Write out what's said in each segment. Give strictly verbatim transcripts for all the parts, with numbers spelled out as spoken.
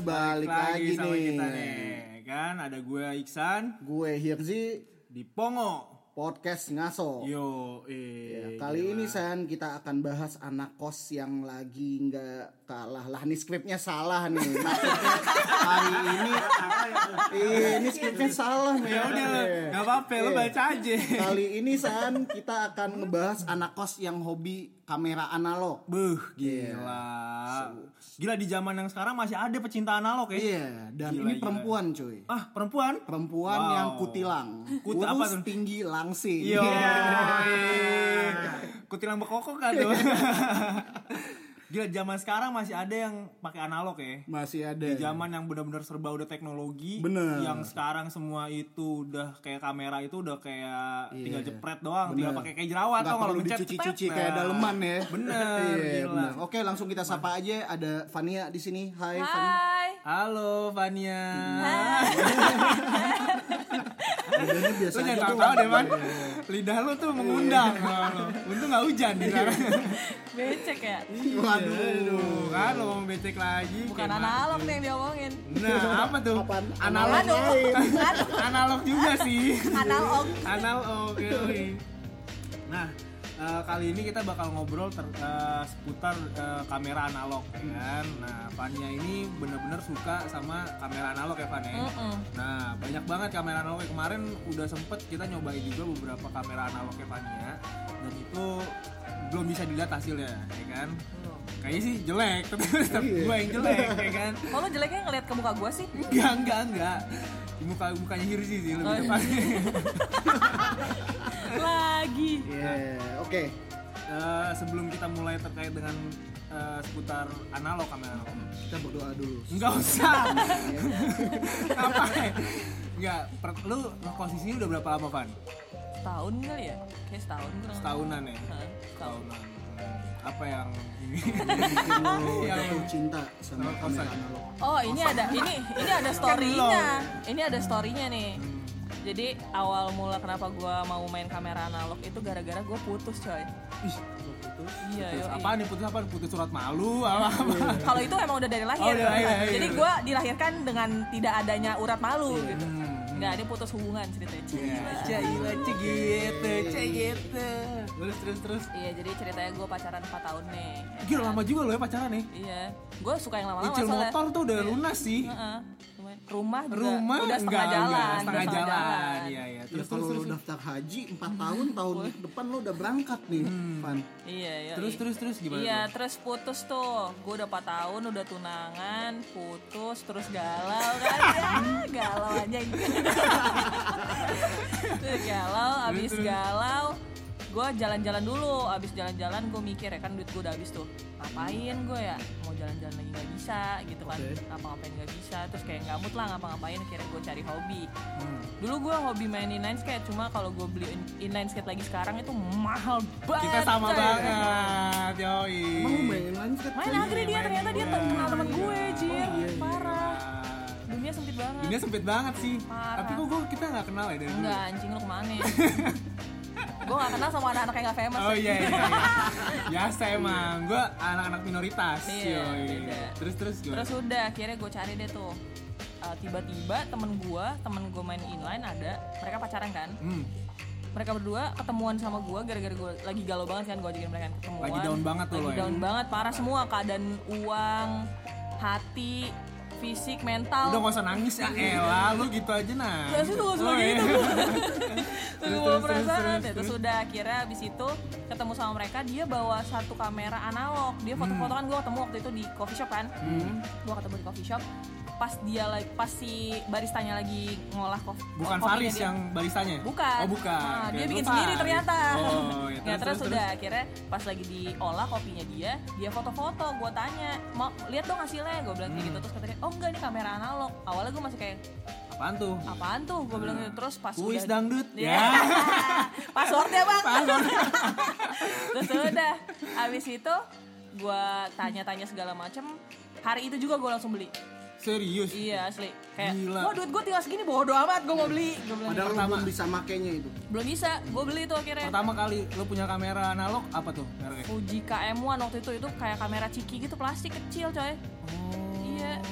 balik, balik lagi, lagi sama nih. Kita nih. Kan ada gue Iksan, gue Hirzi di Pongo Podcast Ngaso. Yo, eh. Ya, kali gila. Ini San kita akan bahas anak kos yang lagi nggak kalah lah. Nih skripnya salah nih. Maksudnya hari ini, ini skripnya salah nih. Ya udah, nggak apa-apa, lo baca aja. Kali ini San kita akan ngebahas anak kos yang hobi kamera analog. Buh, gila. Gila di zaman yang sekarang masih ada pecinta analog ya. Iya, dan gila, ini gila. perempuan cuy. Ah, perempuan? Perempuan wow. yang kutilang. Kut Kurus, apa tuh? Tinggi, langsing. Yo. Kutilang bekokok kan tuh. Gila zaman sekarang masih ada yang pakai analog ya. Masih ada. Di zaman yang benar-benar serba udah teknologi. Bener. Yang sekarang semua itu udah kayak kamera itu udah kayak yeah. tinggal jepret doang, bener. tinggal pakai kayak jerawat atau kalau dicuci-cuci kayak daleman ya. Bener. Iya, bener. Oke, langsung kita sapa aja. Ada Vania di sini. Hai, Hai. Vania. Halo Vania. Hai. Lidahnya biasa lu aja jangan tuh. tahu deh man. Lidah lu tuh mengundang. Untung nggak hujan di sana. Becek ya? Waduh, kan lo ngomong becek lagi. Bukan analog nih yang diomongin. Nah, apa tuh? Apaan? Analog. Analog. Analog juga sih. Analog. Analog. Oke, oke. Nah, uh, kali ini kita bakal ngobrol ter, uh, seputar uh, kamera analog ya kan. Nah, Vania ini benar-benar suka sama kamera analog ya Van ya. Mm-mm. Nah, banyak banget kamera analog. Kemarin udah sempet kita nyobain juga beberapa kamera analognya Vania dan itu belum bisa dilihat hasilnya ya kan. Kayaknya sih jelek, tapi tetap gue yang jelek ya kan. Oh lo jeleknya ngeliat ke muka gue sih? Enggak, enggak, enggak. Di muka mukanya Hirzi sih lebih oh, tepatnya. Lagi. Iya, yeah, oke. Okay. Uh, sebelum kita mulai terkait dengan uh, seputar analog kamera analog, kita berdoa dulu. Enggak usah. Ngapain? Enggak, per, lu posisinya udah berapa lama, Van? Setahun kali ya? Kayak setahun kurang. Setahunan ya? Hah, Setahunan. Apa yang ini? Yang jatuh cinta sama kamera analog. Oh, ini ada ini ini ada story-nya. Ini ada story-nya nih. Hmm. Jadi awal mula kenapa gue mau main kamera analog itu gara-gara gue putus coy. Ih, putus? Iya, putus yoi. apaan nih? Putus apa? Putus surat malu? Apa? Kalau itu emang udah dari lahir. Oh, dari lahir, iya. Jadi gue dilahirkan dengan tidak adanya urat malu Hmm. gitu. Nggak, dia putus hubungan ceritanya. Cila gitu, gitu. Terus, terus, terus. Iya, jadi ceritanya gue pacaran empat tahun nih. Ya Gila kan? lama juga lo ya pacaran nih. Iya, gue suka yang lama-lama Nyicil soalnya. motor tuh udah Iya. lunas sih. Heeh. Rumah juga Rumah udah setengah enggak, jalan, enggak, setengah udah jalan. Iya, iya. Terus Terus, kalau terus, lu terus. daftar haji empat tahun, tahun depan lu udah berangkat nih, Van. Iya, iya. Terus, iya. terus, terus gimana Iya, tuh? terus putus tuh. Gue udah empat tahun, udah tunangan, putus, terus galau kan. Ya, galau aja gitu. Terus galau, abis Terus, terus. galau gue jalan-jalan dulu, abis jalan-jalan gue mikir ya kan duit gue udah habis tuh, ngapain gue ya, mau jalan-jalan lagi nggak bisa gitu kan, Okay. ngapa-ngapain nggak bisa, terus kayak nggak mood lah ngapa-ngapain, akhirnya gue cari hobi. Hmm. Dulu gue hobi main inline skate, cuma kalau gue beli inline skate lagi sekarang itu mahal banget. Kita sama coy. banget, yoi. Emang lu main lain skate? Main coy? agri dia, main ternyata dia gue. kenal temen gue, Oh, Jir, iya, iya. parah. Dunia sempit banget. Dunia sempit banget sih. Parah. Tapi kok gue kita nggak kenal ya dari dulu. Enggak, anjing lu kemana? Gue gak kenal sama anak-anak yang gak famous. Oh iya iya. iya. Biasa emang. Gue anak-anak minoritas. Iya, Yoi. beda. Terus terus gimana? Terus udah, akhirnya gue cari deh tuh. Uh, tiba-tiba temen gue, temen gue main inline ada, mereka pacaran kan. Hmm. Mereka berdua ketemuan sama gue gara-gara gue lagi galau banget kan, gue ajakin mereka ketemuan. Lagi down banget tuh Lagi lo ya. down banget, parah semua, keadaan uang, hati, fisik, mental. Udah gak usah nangis ya elah, lu gitu aja nah. Ya sih, gak usah Oh, iya. gitu. Terus Terus, gue terus, perasaan, terus, terus, terus. udah akhirnya abis itu ketemu sama mereka, dia bawa satu kamera analog. Dia foto-foto kan, gue ketemu waktu itu di coffee shop kan. Hmm. Gue ketemu di coffee shop. Pas dia lagi, pas si baristanya lagi ngolah kopi. Bukan Faris yang baristanya? Bukan. Oh bukan. Nah, dia Kirain bikin lu sendiri Faris. ternyata. Oh ya, Ya, terus, terus, terus, udah akhirnya pas lagi diolah kopinya dia, dia foto-foto. Gue tanya, mau lihat dong hasilnya? Gue bilang kayak Hmm. gitu. Terus katanya, oh enggak, ini kamera analog. Awalnya gue masih kayak, Apaan tuh? apaan tuh? Gue bilang gitu. Terus pas Kuis udah dangdut. Ya. Ya. Passwordnya bang. Password. Terus udah, abis itu gue tanya-tanya segala macem. Hari itu juga gue langsung beli. Serius? Iya asli. Kayak, Gila. wah duit gue tinggal segini, bodo amat, gue mau beli. Gue bilang Padahal lu Pertama. belum bisa makainya itu. belum bisa, gue beli itu akhirnya. Pertama kali lu punya kamera analog apa tuh mereknya? Fuji K M satu waktu itu, itu kayak kamera ciki gitu, plastik kecil coy. Oh. Iya.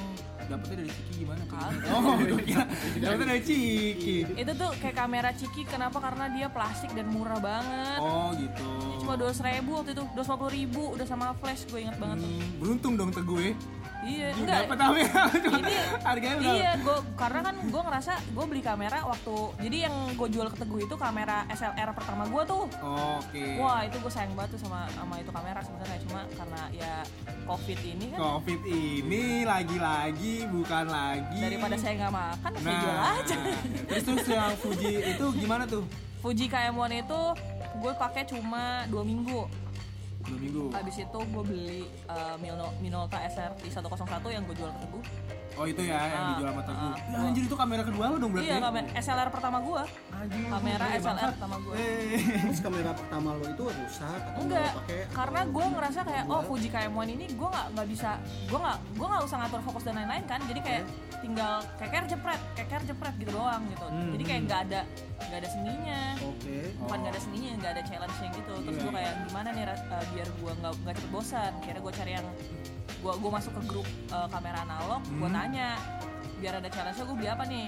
dapetnya dari Ciki gimana? Kagak. Oh, gue kira dapetnya dari Ciki. Itu tuh kayak kamera Ciki, kenapa? Karena dia plastik dan murah banget. Oh gitu. Cuma dua ratus ribu waktu itu, dua ratus lima puluh ribu udah sama flash, gue ingat banget tuh. Hmm, beruntung dong Teguh ya. Iya, Lu enggak. dapet kamera cuma Ini harganya berapa? iya, gue karena kan gue ngerasa gue beli kamera waktu, jadi yang gue jual ke Teguh itu kamera S L R pertama gue tuh. Oh, oke. Wah itu gue sayang banget tuh sama sama itu kamera sebenarnya, cuma karena ya COVID ini kan. Covid ini lagi-lagi bukan lagi. Daripada saya nggak makan, saya Nah, jual aja. terus terus yang Fuji itu gimana tuh? Fuji K M satu itu gue pakai cuma dua minggu. Dua minggu. Habis itu gue beli uh, Mino- Minolta S R T seratus satu yang gue jual ke Teguh. Oh itu ya yang Ah, dijual sama Teguh. ah, Ya, anjir itu kamera kedua lo dong berarti. Iya, ya? kamera S L R pertama gue. Anjir, Kamera gede S L R banget. pertama gue. Eh. Terus kamera pertama lo itu rusak atau Enggak, nggak pakai? karena atau gue ngerasa kayak oh jual? Fuji K M satu ini gue nggak nggak bisa, gue nggak gue nggak usah ngatur fokus dan lain-lain kan, jadi kayak tinggal keker jepret, keker jepret gitu doang gitu. Hmm. Jadi kayak nggak ada nggak ada seninya, Oke. bukan Oh. nggak ada seninya, nggak ada challenge-nya gitu. Terus Iya, gue kayak gimana nih uh, biar gue nggak nggak cepet bosan. Akhirnya gue cari yang gue gue masuk ke grup uh, kamera analog, gue Hmm. tanya biar ada challenge-nya gue beli apa nih.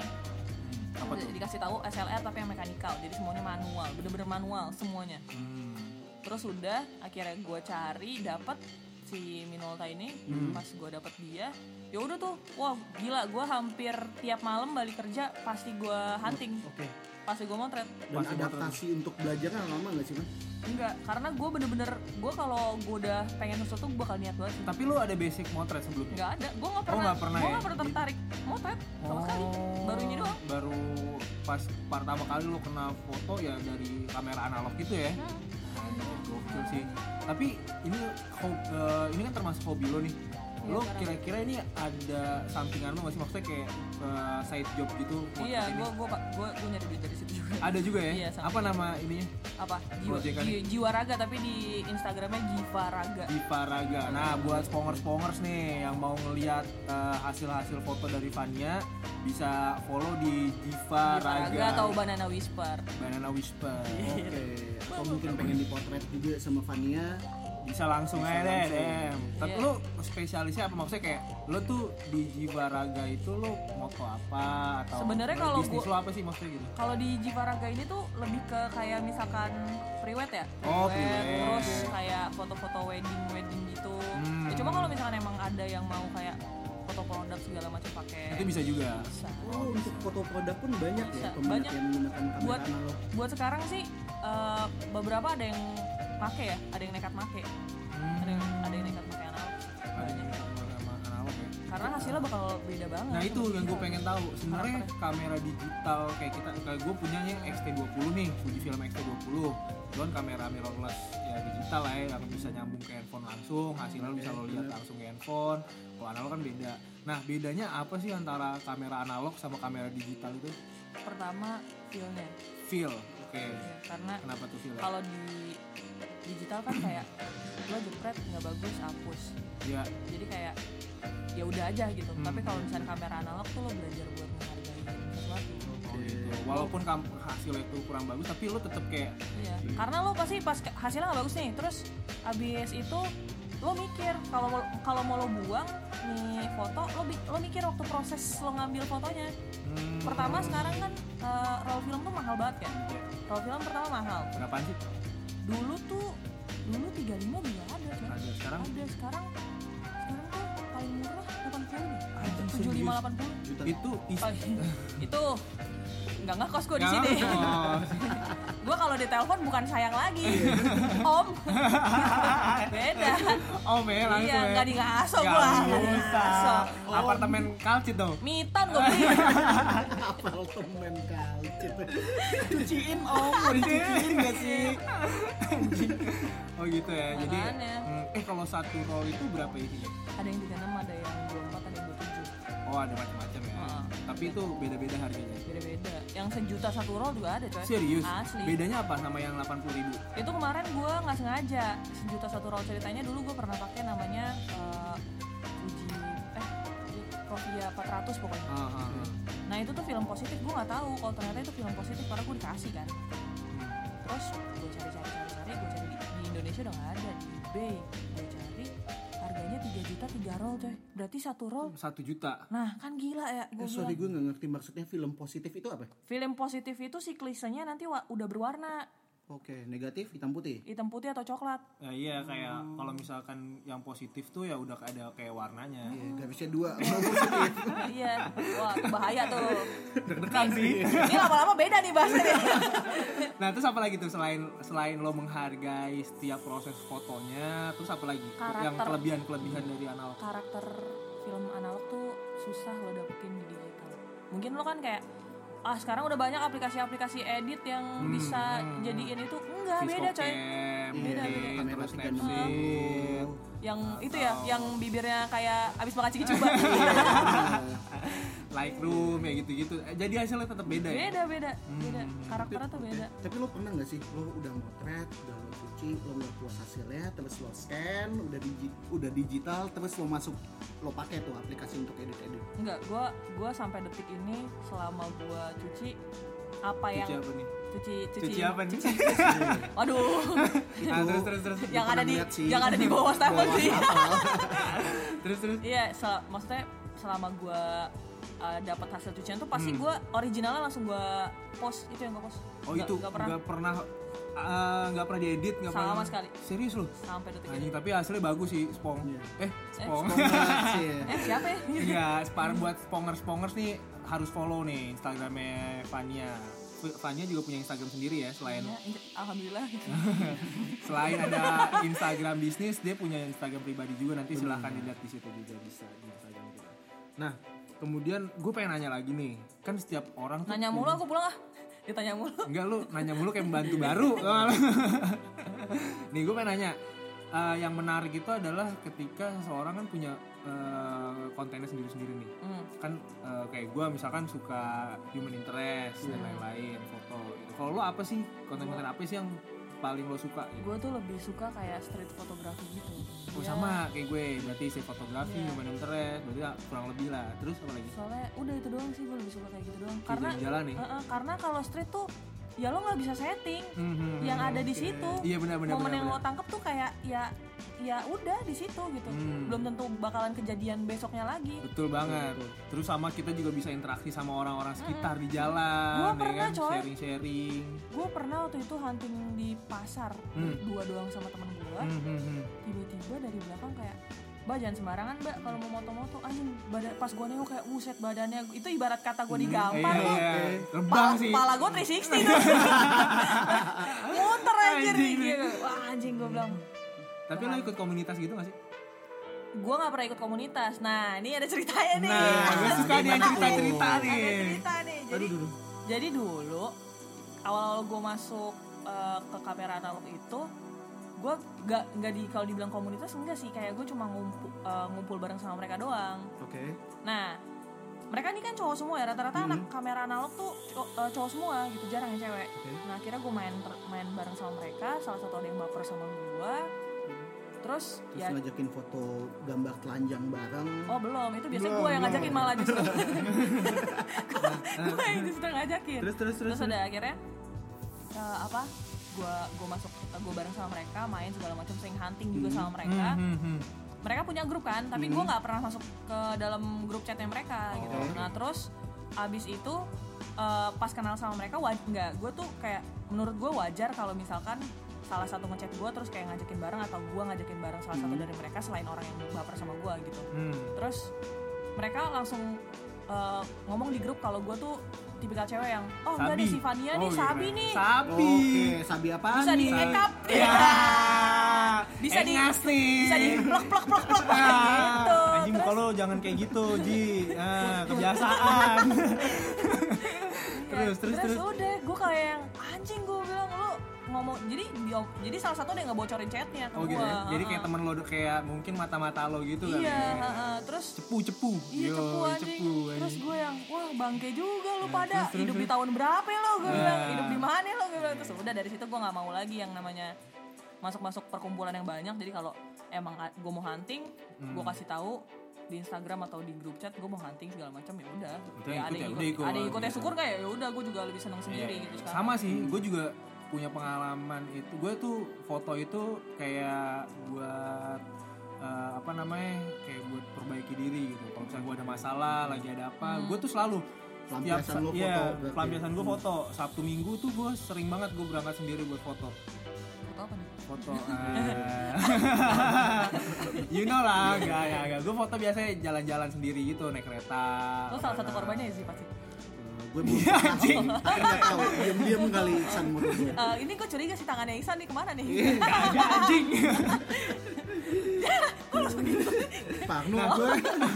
Apa tuh? Dikasih tahu S L R tapi yang mekanikal, jadi semuanya manual, bener-bener manual semuanya. Hmm. Terus udah akhirnya gue cari dapat si Minolta ini. Hmm. Pas gue dapet dia, ya udah tuh, wah gila, gue hampir tiap malam balik kerja pasti gue hunting, Oke. pasti gue motret. Dan Pasti adaptasi untuk belajarnya lama nggak sih, Man? Enggak, karena gue bener-bener, gue kalau gue udah pengen sesuatu gue bakal niat banget. Tapi lu ada basic motret sebelumnya? Nggak ada, gue nggak Oh, pernah, nggak pernah gue ya? nggak pernah tertarik motret sama sekali, baru ini doang. Baru pas pertama kali lu kena foto ya dari kamera analog gitu ya? Hmm. Anjir, gokil sih. Tapi ini ho- eh, ini kan termasuk hobi lo nih. Iya, Lo sekarang. kira-kira ini ada sampingan lo nggak sih, maksudnya kayak eh, side job gitu? Iya, motret ini? gue gue gue gue nyari duit dari situ juga. Ada juga ya? Iya, sama. Apa nama ininya? Apa? Jiwa, Proyekan Ji- Jiwa Raga, tapi di Instagramnya Jiva Raga. Diva Raga. Nah, buat spongers-spongers nih yang mau ngelihat eh, hasil-hasil foto dari Vania, bisa follow di Diva Jiva Raga Raga atau Banana Whisper. Banana Whisper. Oke. Atau mungkin pengen dipotret juga sama Vania? Bisa langsung Bisa aja deh, langsung. Dem. Tapi Iya. lu spesialisnya apa, maksudnya kayak lu tuh di Jiva Raga itu lu moto apa atau Sebenarnya kalau bisnis gua- lu apa sih maksudnya gitu? Kalau di Jiva Raga ini tuh lebih ke kayak misalkan prewed ya, Oh, prewed, prewed. terus kayak foto-foto wedding wedding gitu. Hmm. Ya, cuma kalau misalkan emang ada yang mau kayak foto produk segala macam pakai, Itu bisa juga. bisa. Oh, untuk foto produk pun banyak Bisa. ya peminat Banyak. yang menggunakan kamera Buat- analog. Buat sekarang sih eh, beberapa ada yang make ya, ada yang nekat make, Hmm. ada yang ada yang nekat make analog. Ada yang sama analog ya. Karena hasilnya bakal beda banget. Nah itu sama yang gue digital. pengen tahu sebenarnya Karakternya. kamera digital kayak kita, kayak gue punyanya X T dua puluh nih, Fujifilm X T dua puluh. Itu kan kamera mirrorless ya digital lah ya, yang bisa nyambung ke handphone langsung, hasilnya lo bisa lo lihat langsung ke handphone. Kalau analog kan beda. Nah bedanya apa sih antara kamera analog sama kamera digital itu? Pertama feel-nya. Feel, oke. Ya, karena Kenapa tuh feel? kalau di digital kan kayak lo jepret nggak bagus, hapus. Ya, Jadi kayak ya udah aja gitu. Hmm. Tapi kalau misalnya kamera analog tuh lo belajar buat menghargai sesuatu. oh gitu. Walaupun kam- hasilnya itu kurang bagus, tapi lo tetap kayak Iya. Karena lo pasti pas ke- hasilnya nggak bagus nih, terus abis itu lo mikir kalau mau- kalau mau lo buang nih foto, lo bi- lo mikir waktu proses lo ngambil fotonya. hmm, Pertama sekarang kan eh, roll film tuh mahal banget kan. ya, Roll film pertama mahal. berapaan sih? Dulu tuh dulu tiga puluh lima juga ada coy. Ada sekarang? Ada sekarang sekarang tuh paling murah delapan puluh deh. Anjing, tujuh puluh lima serius? delapan puluh. Juta. Itu is- Itu nggak ngekos gue di Nggak sini. ngekos. Gue kalau ditelepon bukan sayang lagi, om. Beda. Oh me langsung Iya, ya. nggak di ngaso Nggak gue. usah. Apartemen kalcit tuh. Mitan gue beli. Apartemen kalcit. Cuciin om, mau dicuciin gak sih? Oh gitu ya. Jadi Makanya. hmm, eh kalau satu roll itu berapa isinya? Ada yang tiga puluh enam, ada yang dua puluh empat, ada yang dua puluh tujuh. Oh ada macam-macam ya. Heeh. Tapi itu beda-beda harganya. Beda-beda. Yang sejuta satu roll juga ada coy. Serius? Asli. Bedanya apa sama yang delapan puluh ribu? Itu kemarin gue nggak sengaja, sejuta satu roll ceritanya dulu gue pernah pakai namanya eh, Fuji eh Provia empat ratus pokoknya. Ah, ah, ah. Nah itu tuh film positif, gue nggak tahu kalau ternyata itu film positif karena gue dikasih kan. Hmm. Terus gue cari-cari cari-cari, gue cari di, di Indonesia udah nggak ada, di eBay gue cari harganya tiga tiga juta tiga roll coy. Berarti satu roll satu juta. Nah kan gila ya. Eh, sorry gue gak ngerti maksudnya film positif itu apa? Film positif itu siklisenya nanti wa- udah berwarna. Oke, negatif hitam putih. Hitam putih atau coklat. Ya iya kayak hmm. kalau misalkan yang positif tuh ya udah ada kayak warnanya. Iya, garisnya dua kalau positif. Iya. Wah, itu bahaya tuh. Deg-degan sih. Ini lama-lama beda nih bahasanya. Nah, terus apa lagi tuh selain selain lo menghargai setiap proses fotonya, terus apa lagi? Karakter. Yang kelebihan-kelebihan dari analog. Karakter film analog tuh susah lo dapetin di digital. Mungkin lo kan kayak ah sekarang udah banyak aplikasi-aplikasi edit yang hmm, bisa hmm. jadiin itu enggak Visco beda coy. Cam, beda beda, beda. Kamera tiga enam Snapseed. Yang atau... itu ya, yang bibirnya kayak abis makan ciki coba. Lightroom ya gitu-gitu. Jadi hasilnya tetap beda ya. Beda beda, beda. Karakternya tuh beda. Tapi lo pernah nggak sih lo udah motret, udah lo cuci, lo ngeliat puas hasilnya, terus lo scan, udah digi- udah digital, terus lo masuk lo pakai tuh aplikasi untuk edit-edit? Enggak, gua gua sampai detik ini selama gua cuci apa yang Cuci apa nih? cuci cuci, Cuci apa nih? Waduh. Nah, terus terus terus. yang ada di sih, yang ada di bawah stapel sih. terus terus. Iya, sel- maksudnya selama gua uh, dapat hasil cucian tuh pasti Hmm. gua originalnya langsung gua post, itu yang gua post. Oh Nggak- itu nggak pernah nggak pernah uh, nggak pernah diedit nggak Sama pernah sekali. Serius loh? sampai detik ini. Anjing, tapi hasilnya bagus sih Spong. Iya. Eh, Spong. Sih. Eh siapa ya? Iya, spar buat spongers-spongers nih harus follow nih Instagramnya Fania. Fania juga punya Instagram sendiri ya selain Ya, alhamdulillah. selain ada Instagram bisnis, dia punya Instagram pribadi juga, nanti silahkan dilihat di situ juga bisa di Instagram kita. Nah, kemudian gue pengen nanya lagi nih, kan setiap orang tuh Nanya mulu aku pulang ah. Ditanya mulu. enggak lu nanya mulu kayak pembantu baru. Nih gue pengen nanya, uh, yang menarik itu adalah ketika seseorang kan punya uh, kontennya sendiri-sendiri nih. Hmm. Kan uh, kayak gue misalkan suka human interest dan lain-lain, foto gitu. Kalau lo apa sih, konten-konten apa sih yang paling lo suka gitu? Gue tuh lebih suka kayak street photography gitu. Oh Ya, sama kayak gue, berarti street fotografi, Iya. human interest, berarti ya kurang lebih lah. Terus apa lagi? soalnya udah itu doang sih, gue lebih suka kayak gitu doang. Di Karena jalan nih. uh-uh, karena kalau street tuh ya lo nggak bisa setting. Mm-hmm. Yang ada di situ. Iya benar-benar. Momen yang lo tangkep tuh kayak ya ya udah di situ gitu. Hmm. Belum tentu bakalan kejadian besoknya lagi. Betul banget. Terus sama kita juga bisa interaksi sama orang-orang sekitar di jalan, Gua ya pernah, kan? coy. Sharing-sharing. Gue pernah waktu itu hunting di pasar Hmm. dua doang sama temen gue. Hmm, hmm, hmm. Tiba-tiba dari belakang kayak, "Mbak jangan sembarangan mbak kalau mau moto-moto." Anjing badan, pas gue nengok kayak buset badannya itu ibarat kata gue digampar Iya, loh. iya. Rebang Pala, sih. pala gue tiga enam puluh tuh. Muter anjir Anjing. gitu. Wah anjing gue bilang. Tapi lo ikut komunitas gitu gak sih? Gue gak pernah ikut komunitas. Nah ini ada ceritanya nih. Nah, gue suka nih yang cerita-cerita nih. Ada cerita nih. Jadi, Aduh, aduh. jadi dulu awal gue masuk uh, ke kamera analog itu, gue gak nggak di kalau dibilang komunitas enggak sih, kayak gue cuma ngumpul uh, ngumpul bareng sama mereka doang. Oke. Okay. Nah mereka ini kan cowok semua ya, rata-rata Hmm. anak kamera analog tuh cow- uh, cowok semua gitu, jarang yang cewek. Okay. Nah akhirnya gue main ter- main bareng sama mereka, salah satu ada yang baper sama gue. Terus, Terus ya ngajakin foto gambar telanjang bareng. oh belum, itu biasanya Belum, gue yang ngajakin belum. malah justru. Gue yang justru ngajakin. Terus terus terus. Terus udah akhirnya uh, apa? Gue gue masuk gue bareng sama mereka, main segala macam, sering hunting juga sama mereka. Hmm, hmm, hmm. Mereka punya grup kan, tapi gue nggak pernah masuk ke dalam grup chatnya mereka gitu. Oh. Nah terus abis itu uh, pas kenal sama mereka, waj- nggak, gue tuh kayak menurut gue wajar kalau misalkan salah satu ngechat gue terus kayak ngajakin bareng, atau gue ngajakin bareng salah satu dari mereka selain orang yang baper sama gue gitu. Hmm. Terus mereka langsung uh, ngomong di grup kalau gue tuh tipikal cewek yang oh enggak nih si Fania nih Oh, sabi iya. nih Sabi. Oke, sabi apaan bisa nih? di make up Ya. Bisa di- Engas nih. bisa di plok plok plok plok Ah, gitu. Anjing Terus- kalau jangan kayak gitu, Ji. Ah, kebiasaan. terus terus terus. udah gue kayak yang anjing, gue bilang lu ngomong jadi dia- jadi salah satu dia nggak bocorin chatnya ke Oh gitu gue. ya. Jadi kayak temen lo kayak mungkin mata-mata lo gitu kan. iya ya. heeh. Terus Cepu-cepu. iya Yo, cepu anjing. cepu, Terus anjing. gue yang wah bangke juga lu Nah, pada terus, terus, hidup di terus. tahun berapa ya lo, gue Nah. bilang hidup di mana lo, gue bilang. Terus udah dari situ gue nggak mau lagi yang namanya masuk-masuk perkumpulan yang banyak. Jadi kalau emang gue mau hunting, Hmm. gue kasih tahu di Instagram atau di grup chat gue mau hunting segala macam, ya udah. Udah Ya, ikut ada ya, yang udah ikut, ikut. ada yang ikut ya syukur kayak ya udah, gue juga lebih seneng sendiri Iya. gitu sekarang. Sama sih, gue juga punya pengalaman itu. Gue tuh foto itu kayak buat uh, apa namanya kayak buat perbaiki diri gitu. Kalau misalnya gue ada masalah, lagi ada apa, hmm. gue tuh selalu pelampiasan lo foto. Iya, pelampiasan gue foto. Sabtu Minggu tuh gue sering banget gue berangkat sendiri buat foto. Foto apa nih? Foto. Uh, you know lah, enggak ya, enggak. Gue foto biasanya jalan-jalan sendiri gitu, naik kereta. Lo salah satu korbannya sih pasti. Gue mau anjing, nggak tahu, diam-diam kali Iksan menurut gue. Uh, ini gue curiga sih tangannya Iksan nih kemana nih? Kagak anjing. Kok langsung gitu? Pangno gue.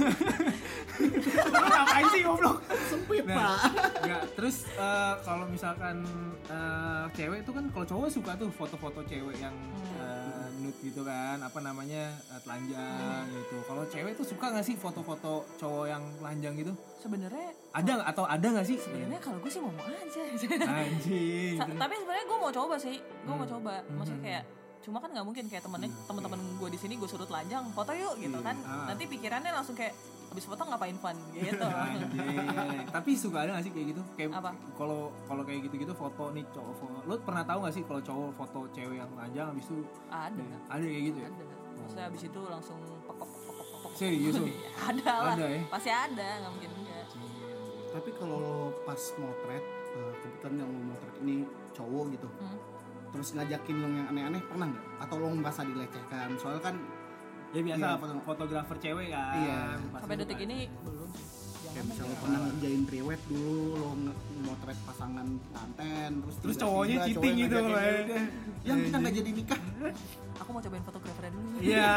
Lu ngapain sih goblok? Sempit Nah, pak. Enggak, terus uh, kalau misalkan uh, cewek tuh kan kalau cowok suka tuh foto-foto cewek yang uh, nude gitu kan, apa namanya uh, telanjang hmm. gitu. Kalau cewek tuh suka nggak sih foto-foto cowok yang telanjang gitu? Sebenarnya ada nggak atau ada nggak sih? Sebenarnya kalau gue sih mau mau aja. Anjing. Sa- tapi sebenarnya gue mau coba sih, gue hmm. mau coba. Maksudnya kayak cuma kan nggak mungkin kayak temennya teman-teman gue di sini gue suruh telanjang foto yuk gitu kan. Ah. Nanti pikirannya langsung kayak habis foto ngapain fun gitu. Tapi suka ada nggak sih kayak gitu? Kayak apa? Kalau kalau kayak gitu-gitu foto nih cowok foto. Lo pernah tahu nggak sih kalau cowok foto cewek yang telanjang habis itu? Ada. Ada kayak gitu ya? Ada. Maksudnya habis itu langsung pok pok pok pok pok. Serius? Ada lah. Ada ya? Pasti ada, nggak mungkin enggak. Tapi kalau pas motret, kebetulan yang lo motret ini cowok gitu. Hmm. Terus ngajakin lo yang aneh-aneh pernah nggak? Atau lo merasa dilecehkan? Soalnya kan ya biasa iya, fotografer cewek kan. Iya. Sampai detik ini belum. Kayak misalnya lo pernah ngerjain priwet dulu, lo motret pasangan pengantin, terus terus cowoknya cheating gitu loh ya. Yang kita nggak jadi nikah. Aku mau cobain fotografernya dulu. Iya.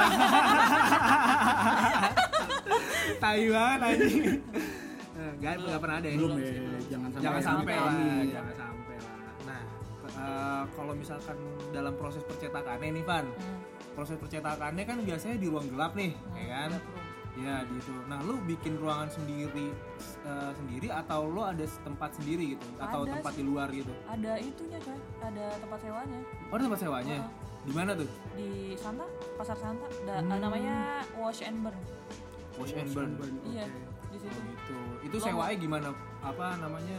Tai banget anjing. Enggak, enggak pernah ada ya. Belum ya. Jangan sampai jangan sampai lah, jangan sampai lah. Nah, uh, kalau misalkan dalam proses percetakannya nih, Van. Hmm. Proses percetakannya kan biasanya di ruang gelap nih, hmm, ya kan? Ya, di itu. Nah, lu bikin ruangan sendiri uh, sendiri atau lu ada tempat sendiri gitu atau ada tempat sih. Di luar gitu? Ada itunya, coy. Ada tempat sewanya. Oh, ada tempat sewanya. Uh, di mana tuh? Di Santa, Pasar Santa. Da, hmm. namanya Wash and Burn. Wash and Burn. burn. Iya. Okay. Di situ. Oh, gitu. Itu sewanya gimana? Apa namanya?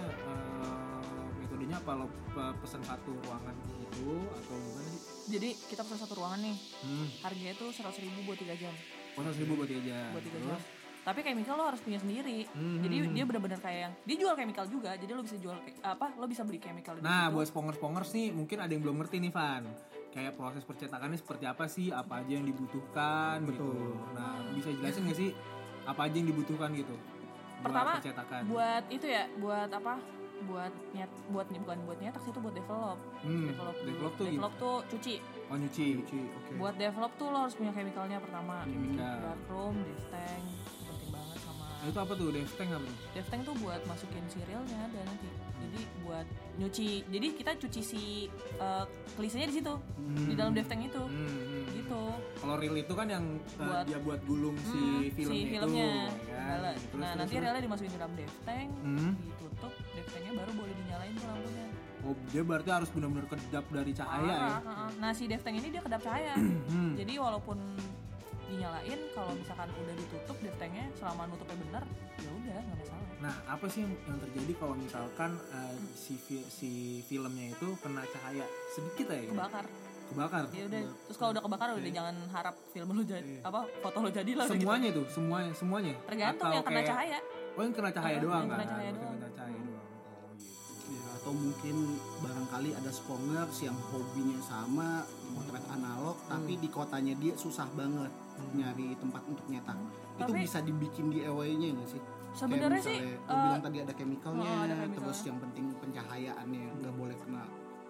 Uh, metodenya apa lo pesan satu ruangan gitu atau gimana sih? Jadi kita pesan satu ruangan nih. Hmm. Harganya tuh seratus ribu buat tiga jam. Oh, seratus ribu buat tiga jam. Buat tiga jam. Tapi chemical lo harus punya sendiri. Hmm. Jadi dia benar-benar kayak yang dia jual chemical juga. Jadi lo bisa jual apa? Lo bisa beli chemical di Nah, situ. buat spongers-spongers nih mungkin ada yang belum ngerti nih, Van. Kayak proses percetakannya seperti apa sih? Apa aja yang dibutuhkan gitu. Nah, bisa jelasin enggak sih apa aja yang dibutuhkan gitu? Pertama buat, buat itu ya, buat apa? Buat nyet, buat bukan buat nyetak sih, itu buat develop. Hmm, develop, develop tuh develop tuh cuci. Oh, nyuci. Cuci. Oke. Okay. Buat develop tuh lo harus punya chemicalnya pertama. Chemical. Darkroom, Deftang, penting banget sama. Nah, itu apa tuh Deftang apa tuh? Deftang tuh buat masukin cerealnya ada nanti. Jadi buat nyuci. Jadi kita cuci si uh, klisenya di situ. Hmm. Di dalam Deftang itu. Hmm. Gitu. Kalau reel itu kan yang uh, buat, dia buat gulung hmm, si filmnya, si filmnya itu. Ya kan? Terus, nah, terus, nanti terus. reelnya dimasukin ke dalam Deftang, hmm. ditutup, Deftangnya baru boleh dinyalain tuh lampunya. Oh, dia berarti harus benar-benar kedap dari cahaya ah, ya? Ah, ah. Nah, si Deftang ini dia kedap cahaya. hmm. Jadi walaupun dinyalain, kalau misalkan udah ditutup Deftangnya selama nutupnya benar, ya udah nggak masalah. Nah, apa sih yang terjadi kalau misalkan uh, hmm. si si filmnya itu kena cahaya sedikit aja? Kebakar. Kebakar. Ya udah. Terus kalau udah kebakar okay. udah jangan harap film lu jadi yeah. apa foto lu jadi lah. Semuanya gitu. tuh, semuanya semuanya. Tergantung yang kena kayak, cahaya. Oh, yang kena cahaya uh, doang yang kan? Kena cahaya doang. Kena cahaya doang. Oh, gitu. Ya, atau mungkin barangkali ada spongers yang hobinya sama motret analog hmm. tapi di kotanya dia susah banget hmm. nyari tempat untuk nyetak. Hmm. Itu tapi, bisa dibikin di A W-nya enggak sih? Sebenarnya sih lo uh, bilang tadi ada chemicalnya, oh, ada chemical. Terus yang penting pencahayaannya nggak boleh kena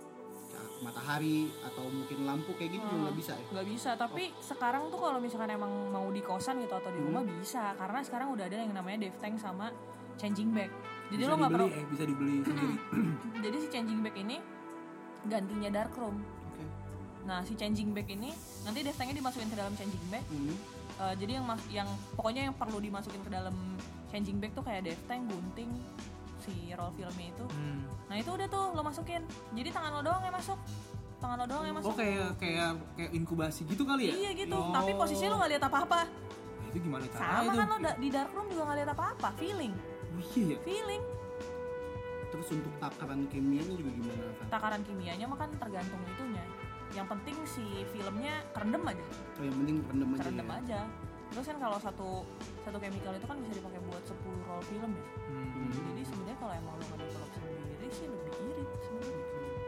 matahari atau mungkin lampu kayak gitu nggak hmm, bisa ya? Nggak bisa, tapi oh. sekarang tuh kalau misalkan emang mau di kosan gitu atau di rumah hmm. bisa, karena sekarang udah ada yang namanya Deftang sama changing bag. Jadi bisa lo nggak perlu eh, bisa dibeli sendiri. Jadi si changing bag ini gantinya darkroom. Okay. Nah si changing bag ini nanti Deftangnya dimasukin ke dalam changing bag. Hmm. Uh, jadi yang mas- yang pokoknya yang perlu dimasukin ke dalam changing bag tuh kayak Deftang, gunting, si roll filmnya itu. Hmm. Nah itu udah tuh lo masukin. Jadi tangan lo doang yang masuk. Tangan lo doang yang masuk. Oh kayak kayak kayak inkubasi gitu kali ya? Iya gitu. Oh. Tapi posisinya lo nggak lihat apa-apa. Nah, itu gimana caranya sama itu? Kan lo da- di darkroom juga nggak lihat apa-apa. Feeling. Oh, iya. Feeling. Terus untuk takaran kimianya juga gimana? Kan? Takaran kimianya mah kan tergantung itunya. yang penting si filmnya kerendam aja Oh, yang penting rendem aja. kerendam ya. aja terus kan kalau satu satu chemical itu kan bisa dipakai buat sepuluh roll film ya Hmm. jadi sebenarnya kalau emang lo nggak develop sendiri sih lebih irit sebenarnya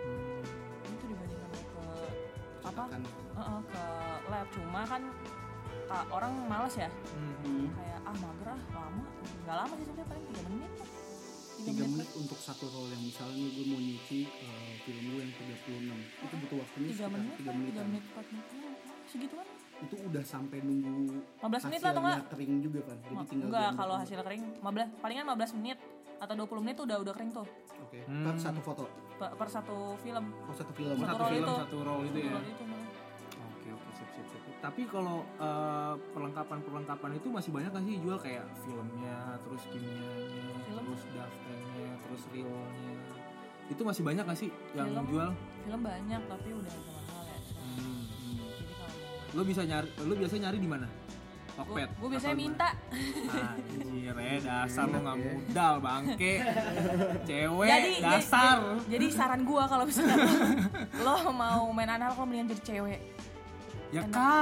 itu dibandingkan lo ke apa Kan. uh-uh, ke lab cuma kan ka- orang malas ya Hmm. kayak ah mager ah lama nggak lama sih sebenarnya paling tiga menit lah tiga menit untuk satu roll yang misalnya gue mau nyuci uh, film gue yang tiga puluh enam itu butuh waktunya tiga sekitar menit tiga lah menit tiga menit empat menit oh, segituan itu udah sampai nunggu lima belas menit lah atau hasilnya enggak kering juga kan jadi Ma- tinggal enggak diambil kalau keluar. hasilnya kering lima belas palingan lima belas menit atau dua puluh menit udah udah kering tuh oke Hmm. per satu foto per, per satu film oh satu film Satu Satu roll film itu. satu roll itu ya. Roll itu malah. Oke oke sip sip sip. Tapi kalau eh, perlengkapan-perlengkapan itu masih banyak nggak sih jual kayak filmnya, terus kimianya, Film? terus daftarnya, terus reelnya. Itu masih banyak nggak sih yang Film? jual? Film banyak tapi udah agak mahal ya Hmm, hmm. jadi kalau mau Lo bisa nyari, lo biasa nyari di mana? Tokped. gue biasanya Atau minta gimana? Anjir, ya dasar lo nggak modal bangke. Cewek jadi dasar. jadi, jadi saran gue kalau misalnya lo, lo mau main analog lo mendingan jadi cewek Ya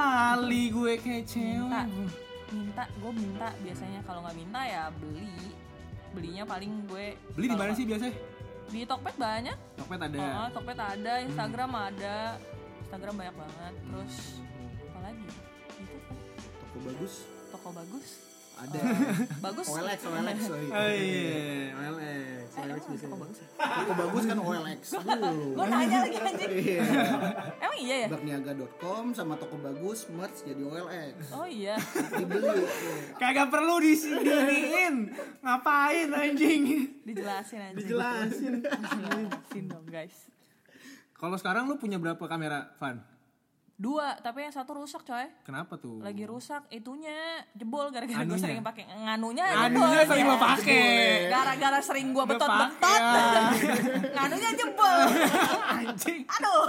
kali gue kayak minta cewek. minta gue minta biasanya kalau nggak minta ya beli belinya paling gue Beli di kalau mana nggak- sih biasanya? di Tokped banyak Tokped ada. oh Tokped ada Instagram ada Instagram banyak banget terus apa lagi itu kan toko bagus toko bagus ada bagus O L X O L X sorry. Oh iya, O L X. eh, emang ada toko bagus toko bagus kan O L X dulu gue nanya lagi anjing iya emang iya ya berniaga dot com sama toko bagus merch jadi O L X oh iya dibeli Kagak perlu disiniin. Ngapain anjing? dijelasin aja Dijelasin. dijelasin dong guys Kalau sekarang lu punya berapa kamera, Van? dua tapi yang satu rusak coy Kenapa tuh? lagi rusak itunya jebol gara-gara gue Anunya? sering pakai nganunya Anunya sering lo pakai. gara-gara sering gue betot-betot pakai. nganunya jebol Anjing. aduh